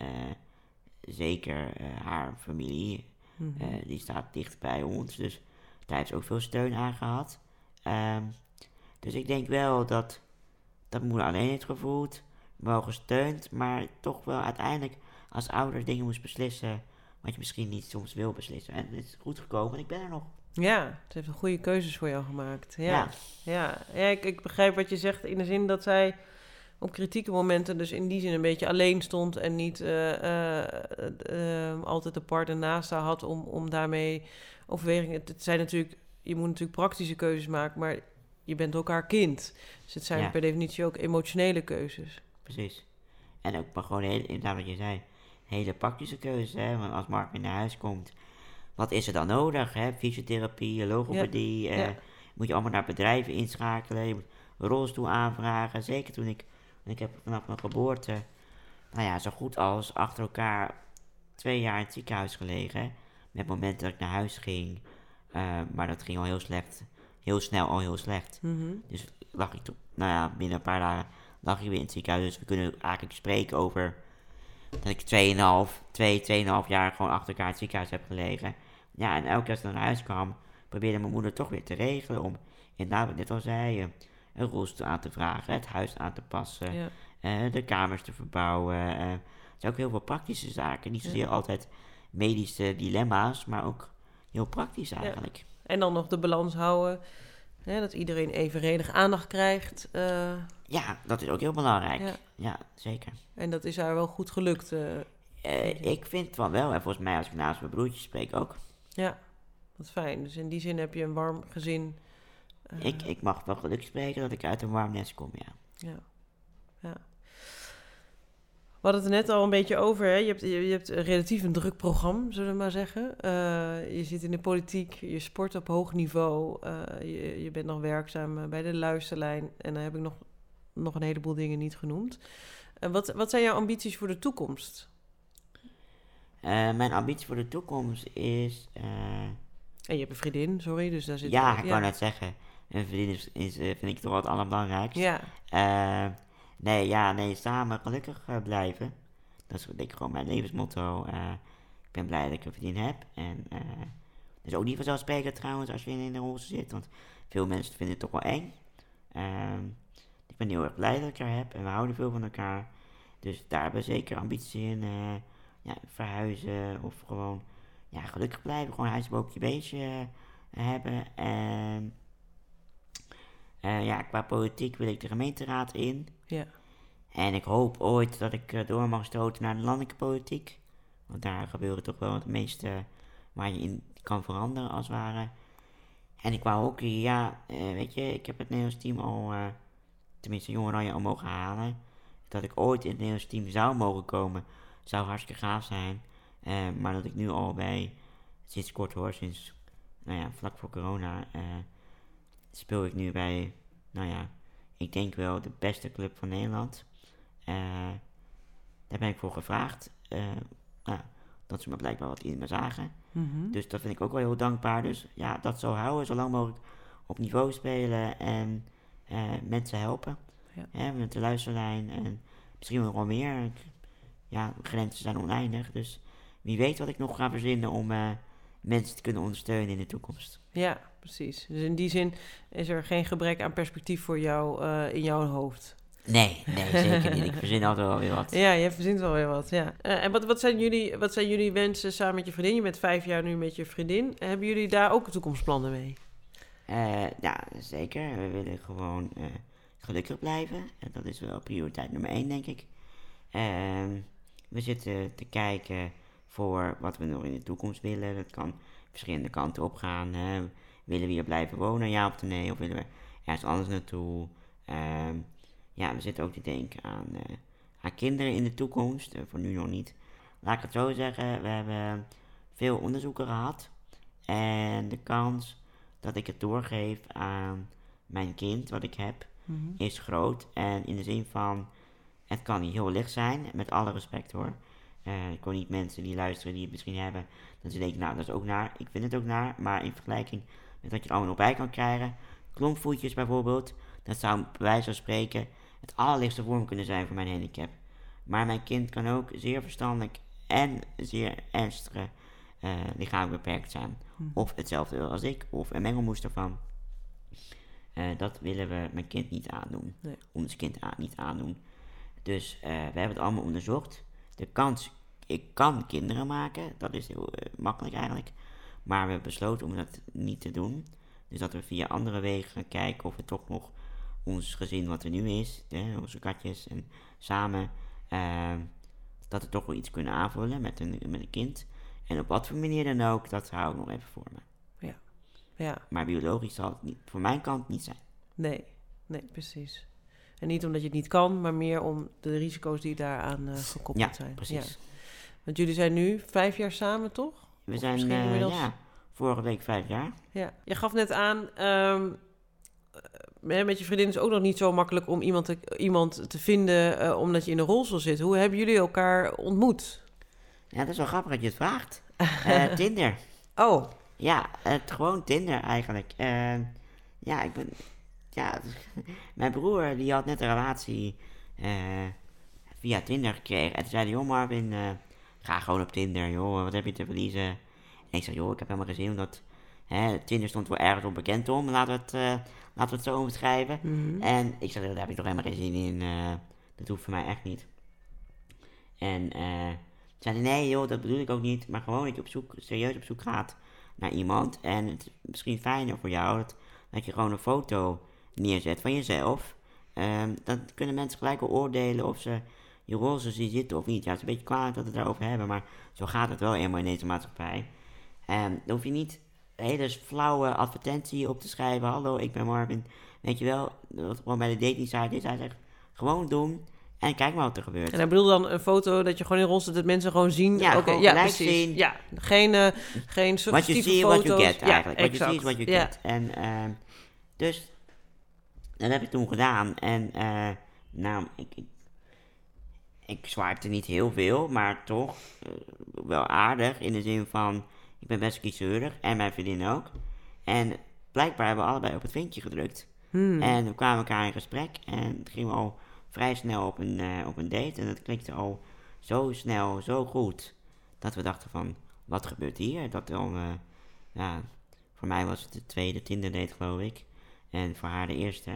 B: Zeker uh, haar familie, mm-hmm. uh, die staat dicht bij ons, dus daar heeft ze ook veel steun aan gehad. Um, dus ik denk wel dat, dat moeder alleen heeft gevoeld, wel gesteund, maar toch wel uiteindelijk als ouder dingen moest beslissen, wat je misschien niet soms wil beslissen. En het is goed gekomen en ik ben er nog.
A: Ja, ze heeft een goede keuzes voor jou gemaakt. Ja, ja. ja. ja ik, ik begrijp wat je zegt in de zin dat zij op kritieke momenten dus in die zin een beetje alleen stond en niet uh, uh, uh, uh, altijd de partner naast haar had om, om daarmee overwegingen. Het zijn natuurlijk, je moet natuurlijk praktische keuzes maken, maar je bent ook haar kind. Dus het zijn ja. per definitie ook emotionele keuzes.
B: Precies. En ook maar gewoon, heel, inderdaad wat je zei, hele praktische keuzes. Hè? Want als Mark weer naar huis komt, wat is er dan nodig? Hè? Fysiotherapie, logopedie, ja. Uh, ja. moet je allemaal naar bedrijven inschakelen, je moet een rolstoel aanvragen. Zeker toen ik Ik heb vanaf mijn geboorte, nou ja, zo goed als achter elkaar twee jaar in het ziekenhuis gelegen. Met momenten dat ik naar huis ging. Uh, maar dat ging al heel slecht. Heel snel al heel slecht. Mm-hmm. Dus lag ik, to- nou ja, binnen een paar dagen lag ik weer in het ziekenhuis. Dus we kunnen eigenlijk spreken over dat ik tweeënhalf, twee, tweeënhalf jaar gewoon achter elkaar in het ziekenhuis heb gelegen. Ja, en elke keer als ik naar huis kwam, probeerde mijn moeder toch weer te regelen om, inderdaad wat ik net al zei, een rolstoel aan te vragen, het huis aan te passen,
A: Ja.
B: uh, de kamers te verbouwen. Uh, er zijn ook heel veel praktische zaken. Niet zozeer
A: Ja.
B: altijd medische dilemma's, maar ook heel praktisch eigenlijk.
A: Ja. En dan nog de balans houden, hè, dat iedereen evenredig aandacht krijgt. Uh,
B: ja, dat is ook heel belangrijk.
A: Ja.
B: Ja, zeker.
A: En dat is haar wel goed gelukt. Uh,
B: uh, ik vind van wel, en volgens mij als ik naast mijn broertje spreek ook.
A: Ja, wat fijn. Dus in die zin heb je een warm gezin.
B: Uh, ik, ik mag wel geluk spreken dat ik uit een warm nest kom, ja.
A: Ja, ja. We hadden het er net al een beetje over. Hè? Je, hebt, je, je hebt relatief een druk programma, zullen we maar zeggen. Uh, je zit in de politiek, je sport op hoog niveau. Uh, je, je bent nog werkzaam bij de Luisterlijn. En dan heb ik nog, nog een heleboel dingen niet genoemd. Uh, wat, wat zijn jouw ambities voor de toekomst?
B: Uh, mijn ambitie voor de toekomst is... Uh...
A: En je hebt een vriendin, sorry. Dus daar zit
B: ja,
A: er,
B: ik
A: ja.
B: wou net zeggen. Een vriendin is, is, vind ik toch wel het allerbelangrijkste.
A: Ja.
B: Uh, nee, ja, nee, samen gelukkig uh, blijven. Dat is denk ik gewoon mijn levensmotto. Uh, ik ben blij dat ik een vriendin heb. En uh, dat is ook niet vanzelfsprekend trouwens als je in de rolstoel zit. Want veel mensen vinden het toch wel eng. Uh, ik ben heel erg blij dat ik haar heb. En we houden veel van elkaar. Dus daar hebben we zeker ambities in. Uh, ja, verhuizen of gewoon ja, gelukkig blijven. Gewoon een huisje, boompje, beestje uh, hebben. En uh, ja, qua politiek wil ik de gemeenteraad in.
A: Ja.
B: En ik hoop ooit dat ik uh, door mag stoten naar de landelijke politiek. Want daar gebeuren toch wel het meeste waar je in kan veranderen als het ware. En ik wou ook, ja, uh, weet je, ik heb het Nederlands team al, uh, tenminste Jong Oranje al mogen halen. Dat ik ooit in het Nederlands team zou mogen komen, zou hartstikke gaaf zijn. Uh, maar dat ik nu al bij, sinds kort hoor, sinds, nou ja, vlak voor corona, uh, speel ik nu bij, nou ja, ik denk wel de beste club van Nederland. Uh, daar ben ik voor gevraagd. Uh, nou, dat ze me blijkbaar wat in me zagen.
A: Mm-hmm.
B: Dus dat vind ik ook wel heel dankbaar. Dus ja, dat zo houden, zo lang mogelijk op niveau spelen en uh, mensen helpen.
A: Ja.
B: Hè, met de Luisterlijn en misschien nog wel meer. Ja, grenzen zijn oneindig. Dus wie weet wat ik nog ga verzinnen om uh, mensen te kunnen ondersteunen in de toekomst.
A: Ja, precies. Dus in die zin is er geen gebrek aan perspectief voor jou uh, in jouw hoofd.
B: Nee, nee, zeker niet. Ik verzin altijd wel weer wat.
A: Ja, je verzint wel weer wat, ja. Uh, en wat, wat, zijn jullie, wat zijn jullie wensen samen met je vriendin? Je bent vijf jaar nu met je vriendin. Hebben jullie daar ook toekomstplannen mee?
B: Uh, ja, zeker. We willen gewoon uh, gelukkig blijven. En dat is wel prioriteit nummer één, denk ik. Uh, we zitten te kijken voor wat we nog in de toekomst willen. Dat kan verschillende kanten op gaan. Uh, willen we hier blijven wonen, ja of nee? Of willen we ergens anders naartoe? Uh, Ja, we zitten ook te denken aan, uh, aan kinderen in de toekomst. Uh, voor nu nog niet. Laat ik het zo zeggen. We hebben veel onderzoeken gehad. En de kans dat ik het doorgeef aan mijn kind, wat ik heb, mm-hmm. is groot. En in de zin van, het kan niet heel licht zijn. Met alle respect hoor. Uh, ik hoor niet mensen die luisteren die het misschien hebben. Dat ze denken, nou dat is ook naar. Ik vind het ook naar. Maar in vergelijking met wat je allemaal nog bij kan krijgen. Klompvoetjes bijvoorbeeld. Dat zou bij wijze van spreken het allerlichtste vorm kunnen zijn voor mijn handicap. Maar mijn kind kan ook zeer verstandelijk en zeer ernstige uh, lichamelijk beperkt zijn. Hmm. Of hetzelfde als ik, of een mengelmoes ervan. Uh, dat willen we mijn kind niet aandoen. Nee. Ons kind aan, niet aandoen. Dus uh, we hebben het allemaal onderzocht. De kans, ik kan kinderen maken, dat is heel uh, makkelijk eigenlijk. Maar we hebben besloten om dat niet te doen. Dus dat we via andere wegen gaan kijken of we toch nog ons gezin wat er nu is, hè, onze katjes en samen, uh, dat we toch wel iets kunnen aanvullen met een, met een kind. En op wat voor manier dan ook, dat hou ik nog even voor me.
A: Ja. Ja.
B: Maar biologisch zal het niet, voor mijn kant niet zijn.
A: Nee, nee, precies. En niet omdat je het niet kan, maar meer om de risico's die daaraan uh, gekoppeld
B: ja,
A: zijn.
B: Precies.
A: Ja, want jullie zijn nu vijf jaar samen, toch?
B: We
A: of
B: zijn, uh, inmiddels... ja, vorige week vijf jaar.
A: Ja, je gaf net aan, um, met je vriendin is het ook nog niet zo makkelijk om iemand te, iemand te vinden uh, omdat je in een rolstoel zit. Hoe hebben jullie elkaar ontmoet?
B: Ja, dat is wel grappig dat je het vraagt. Uh, Tinder.
A: Oh.
B: Ja, het gewoon Tinder eigenlijk. Uh, ja, ik ben... ja, mijn broer die had net een relatie uh, via Tinder gekregen. En toen zei hij, joh Marvin, uh, ga gewoon op Tinder, joh, wat heb je te verliezen? En ik zei, joh, ik heb helemaal gezien dat hè, Tinder stond wel ergens onbekend om, laten we het, uh, laten we het zo omschrijven.
A: Mm-hmm.
B: En ik zei, daar heb ik toch helemaal geen zin in, uh, dat hoeft voor mij echt niet. En uh, zei hij, nee joh, dat bedoel ik ook niet, maar gewoon dat je op zoek, serieus op zoek gaat naar iemand. En het is misschien fijner voor jou dat, dat je gewoon een foto neerzet van jezelf. Um, dan kunnen mensen gelijk al oordelen of ze je roze zien zitten of niet. Ja, het is een beetje kwaad dat we het daarover hebben, maar zo gaat het wel eenmaal in deze maatschappij. Um, dan hoef je niet een hele flauwe advertentie op te schrijven. Hallo, ik ben Marvin. Weet je wel, wat gewoon bij de dating site is. Hij zegt, gewoon doen en kijk maar wat er gebeurt.
A: En hij bedoelt dan een foto dat je gewoon in roze, dat mensen gewoon zien.
B: Ja,
A: okay,
B: gewoon
A: ja,
B: gelijk
A: precies.
B: zien.
A: Ja, geen, uh, geen suggestieve foto's.
B: What you see, what you get eigenlijk.
A: Ja,
B: what you see is what you
A: ja.
B: get. En uh, dus, dat heb ik toen gedaan. En uh, nou, ik, ik, ik swipte niet heel veel, maar toch uh, wel aardig. In de zin van, ik ben best kieskeurig en mijn vriendin ook. En blijkbaar hebben we allebei op het vinkje gedrukt.
A: Hmm.
B: En we kwamen elkaar in gesprek en gingen we al vrij snel op een, uh, op een date. En dat klikte al zo snel, zo goed, dat we dachten van, wat gebeurt hier? Dat dan, uh, ja, voor mij was het de tweede Tinder date, geloof ik. En voor haar de eerste.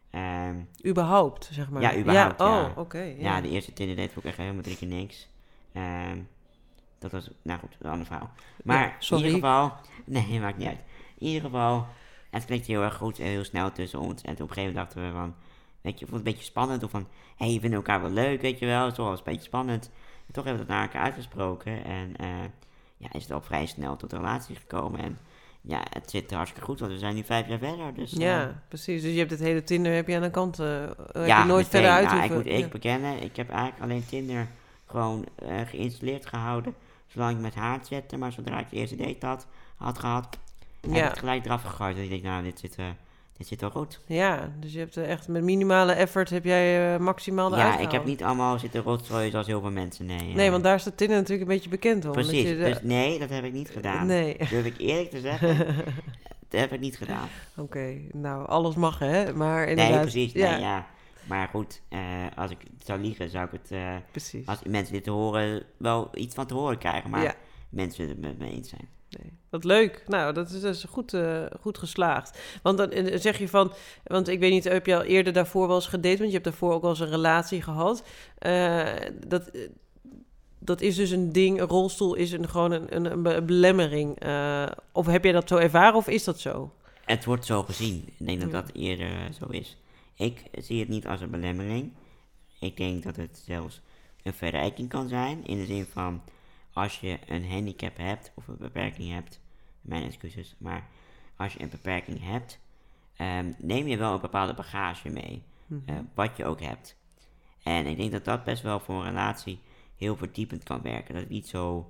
B: Um,
A: überhaupt, zeg maar.
B: Ja, überhaupt, ja.
A: Oh, oké. Okay,
B: ja. ja, de eerste Tinder date vond ik echt helemaal drie keer niks. Um, dat was, nou goed, een andere verhaal. Maar ja, in ieder geval, nee, maakt niet uit. In ieder geval, het klikte heel erg goed en heel snel tussen ons. En toen op een gegeven moment dachten we van, weet je, vond het een beetje spannend. Of van, hé, hey, we vinden elkaar wel leuk, weet je wel. Zo was een beetje spannend. En toch hebben we dat naar elkaar uitgesproken. En uh, ja, is het al vrij snel tot een relatie gekomen. En ja, het zit hartstikke goed, want we zijn nu vijf jaar verder. Dus,
A: ja,
B: uh,
A: precies. Dus je hebt het hele Tinder heb je aan de kant uh,
B: ja,
A: heb je nooit
B: meteen,
A: verder uit
B: ja,
A: hoeven.
B: ik moet eerlijk
A: ja.
B: bekennen, ik heb eigenlijk alleen Tinder gewoon uh, geïnstalleerd gehouden. Zolang ik met haar chatte, maar zodra ik de eerste date had, had gehad, ja. heb ik het gelijk eraf gegooid. En ik denk, nou, dit zit, uh, dit zit wel goed.
A: Ja, dus je hebt uh, echt met minimale effort heb jij uh, maximaal eruit
B: Ja,
A: gehaald.
B: ik heb niet allemaal zitten rotzooien zoals heel veel mensen, nee.
A: Nee,
B: uh,
A: want daar staat Tinder natuurlijk een beetje bekend om.
B: Precies,
A: je de...
B: dus nee, dat heb ik niet gedaan.
A: Nee.
B: Durf ik eerlijk te zeggen, dat heb ik niet gedaan.
A: Oké, okay, nou, alles mag, hè? Maar inderdaad...
B: Nee, precies,
A: ja.
B: nee, ja. Maar goed, uh, als ik zou liegen, zou ik het, uh,
A: precies.
B: als mensen dit horen, wel iets van te horen krijgen. Maar ja. mensen zullen het met me eens zijn.
A: Nee. Wat leuk. Nou, dat is dus goed, uh, goed geslaagd. Want dan uh, zeg je van... Want ik weet niet, heb je al eerder daarvoor wel eens gedate? Want je hebt daarvoor ook wel eens een relatie gehad. Uh, dat... Uh, Dat is dus een ding, een rolstoel is een, gewoon een, een, een belemmering. Uh, of heb jij dat zo ervaren of is dat zo?
B: Het wordt zo gezien. Ik denk dat dat eerder uh, zo is. Ik zie het niet als een belemmering. Ik denk dat het zelfs een verrijking kan zijn. In de zin van, als je een handicap hebt of een beperking hebt. Mijn excuses, maar als je een beperking hebt, um, neem je wel een bepaalde bagage mee. Mm-hmm. Uh, wat je ook hebt. En ik denk dat dat best wel voor een relatie heel verdiepend kan werken. Dat het niet zo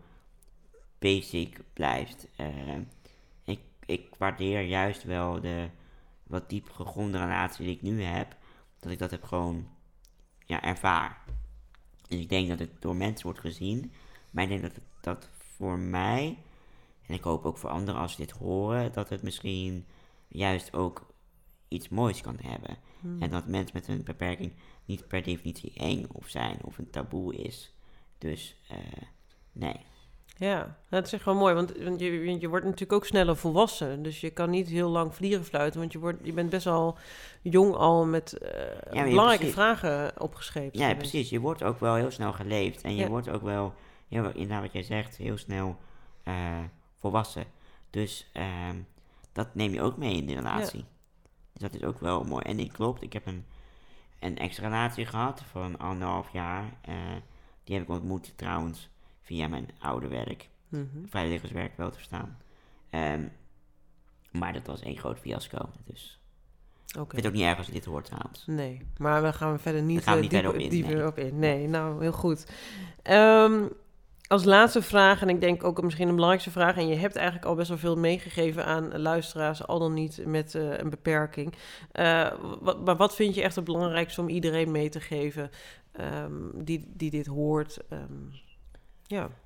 B: basic blijft. Uh, ik, ik waardeer juist wel de wat diep gegronde relatie die ik nu heb. Dat ik dat heb gewoon ja, ervaar. Dus ik denk dat het door mensen wordt gezien. Maar ik denk dat het dat voor mij, en ik hoop ook voor anderen als ze dit horen, dat het misschien juist ook iets moois kan hebben. Hmm. En dat mensen met een beperking niet per definitie eng of zijn of een taboe is. Dus, uh, nee.
A: Ja, dat is echt wel mooi, want, want je, je wordt natuurlijk ook sneller volwassen. Dus je kan niet heel lang vlieren fluiten, want je, wordt, je bent best wel jong al met uh, ja, belangrijke precies, vragen opgescheept.
B: Ja, precies. Je wordt ook wel heel snel geleefd. En je
A: ja.
B: wordt ook wel, ja, inderdaad wat jij zegt, heel snel uh, volwassen. Dus uh, dat neem je ook mee in de relatie. Ja. Dus dat is ook wel mooi. En ik klopt, ik heb een, een extra relatie gehad van anderhalf jaar. Uh, die heb ik ontmoet trouwens via mijn oude werk. Mm-hmm. Vrijwilligerswerk wel te verstaan. Um, maar dat was één groot fiasco. Dus okay. Ik vind het ook niet erg als je dit hoort trouwens.
A: Nee, maar we gaan verder niet,
B: gaan we niet
A: uh,
B: dieper,
A: diep,
B: op, in,
A: dieper
B: nee.
A: op in. Nee, nou, heel goed. Um, als laatste vraag, en ik denk ook misschien een belangrijkste vraag, en je hebt eigenlijk al best wel veel meegegeven aan luisteraars, al dan niet met uh, een beperking. Uh, wat, maar wat vind je echt het belangrijkste om iedereen mee te geven um, die, die dit hoort? Um, ja.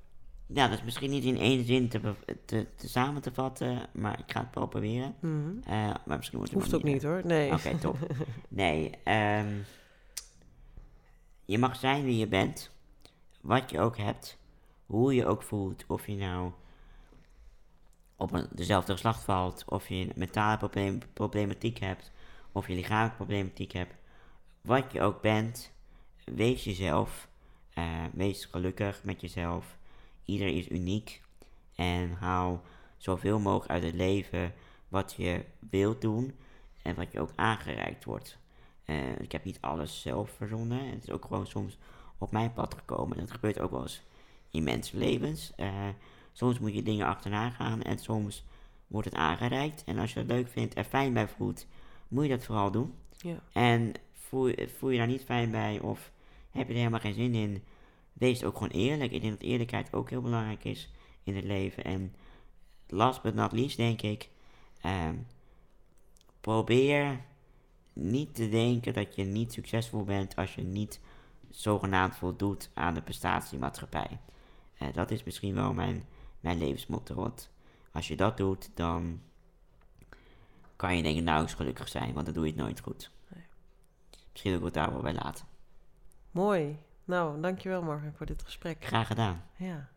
B: Ja, dat is misschien niet in één zin te, be- te, te samen te vatten, maar ik ga het wel proberen.
A: Mhm.
B: Eh, maar misschien wordt het
A: Hoeft
B: wel
A: ook niet hoor, nee.
B: Oké, top. Nee, ehm, je mag zijn wie je bent, wat je ook hebt, hoe je ook voelt, of je nou op een, dezelfde geslacht valt, of je een mentale probleem, problematiek hebt, of je lichamelijke problematiek hebt, wat je ook bent, wees jezelf, eh, wees gelukkig met jezelf. Ieder is uniek en haal zoveel mogelijk uit het leven wat je wilt doen en wat je ook aangereikt wordt. Eh, ik heb niet alles zelf verzonnen, het is ook gewoon soms op mijn pad gekomen. Dat gebeurt ook wel eens in mensenlevens. Eh, soms moet je dingen achterna gaan en soms wordt het aangereikt. En als je het leuk vindt en fijn bij voelt, moet je dat vooral doen.
A: Ja.
B: En voel, voel je daar niet fijn bij of heb je er helemaal geen zin in, wees ook gewoon eerlijk. Ik denk dat eerlijkheid ook heel belangrijk is in het leven. En last but not least denk ik, ehm, probeer niet te denken dat je niet succesvol bent als je niet zogenaamd voldoet aan de prestatiemaatschappij. Eh, dat is misschien wel mijn, mijn levensmotto. Want als je dat doet, dan kan je denk ik nauwelijks gelukkig zijn, want dan doe je het nooit goed.
A: Nee.
B: Misschien wil ik het daar wel bij laten.
A: Mooi. Nou, dankjewel Marvin voor dit gesprek.
B: Graag gedaan.
A: Ja.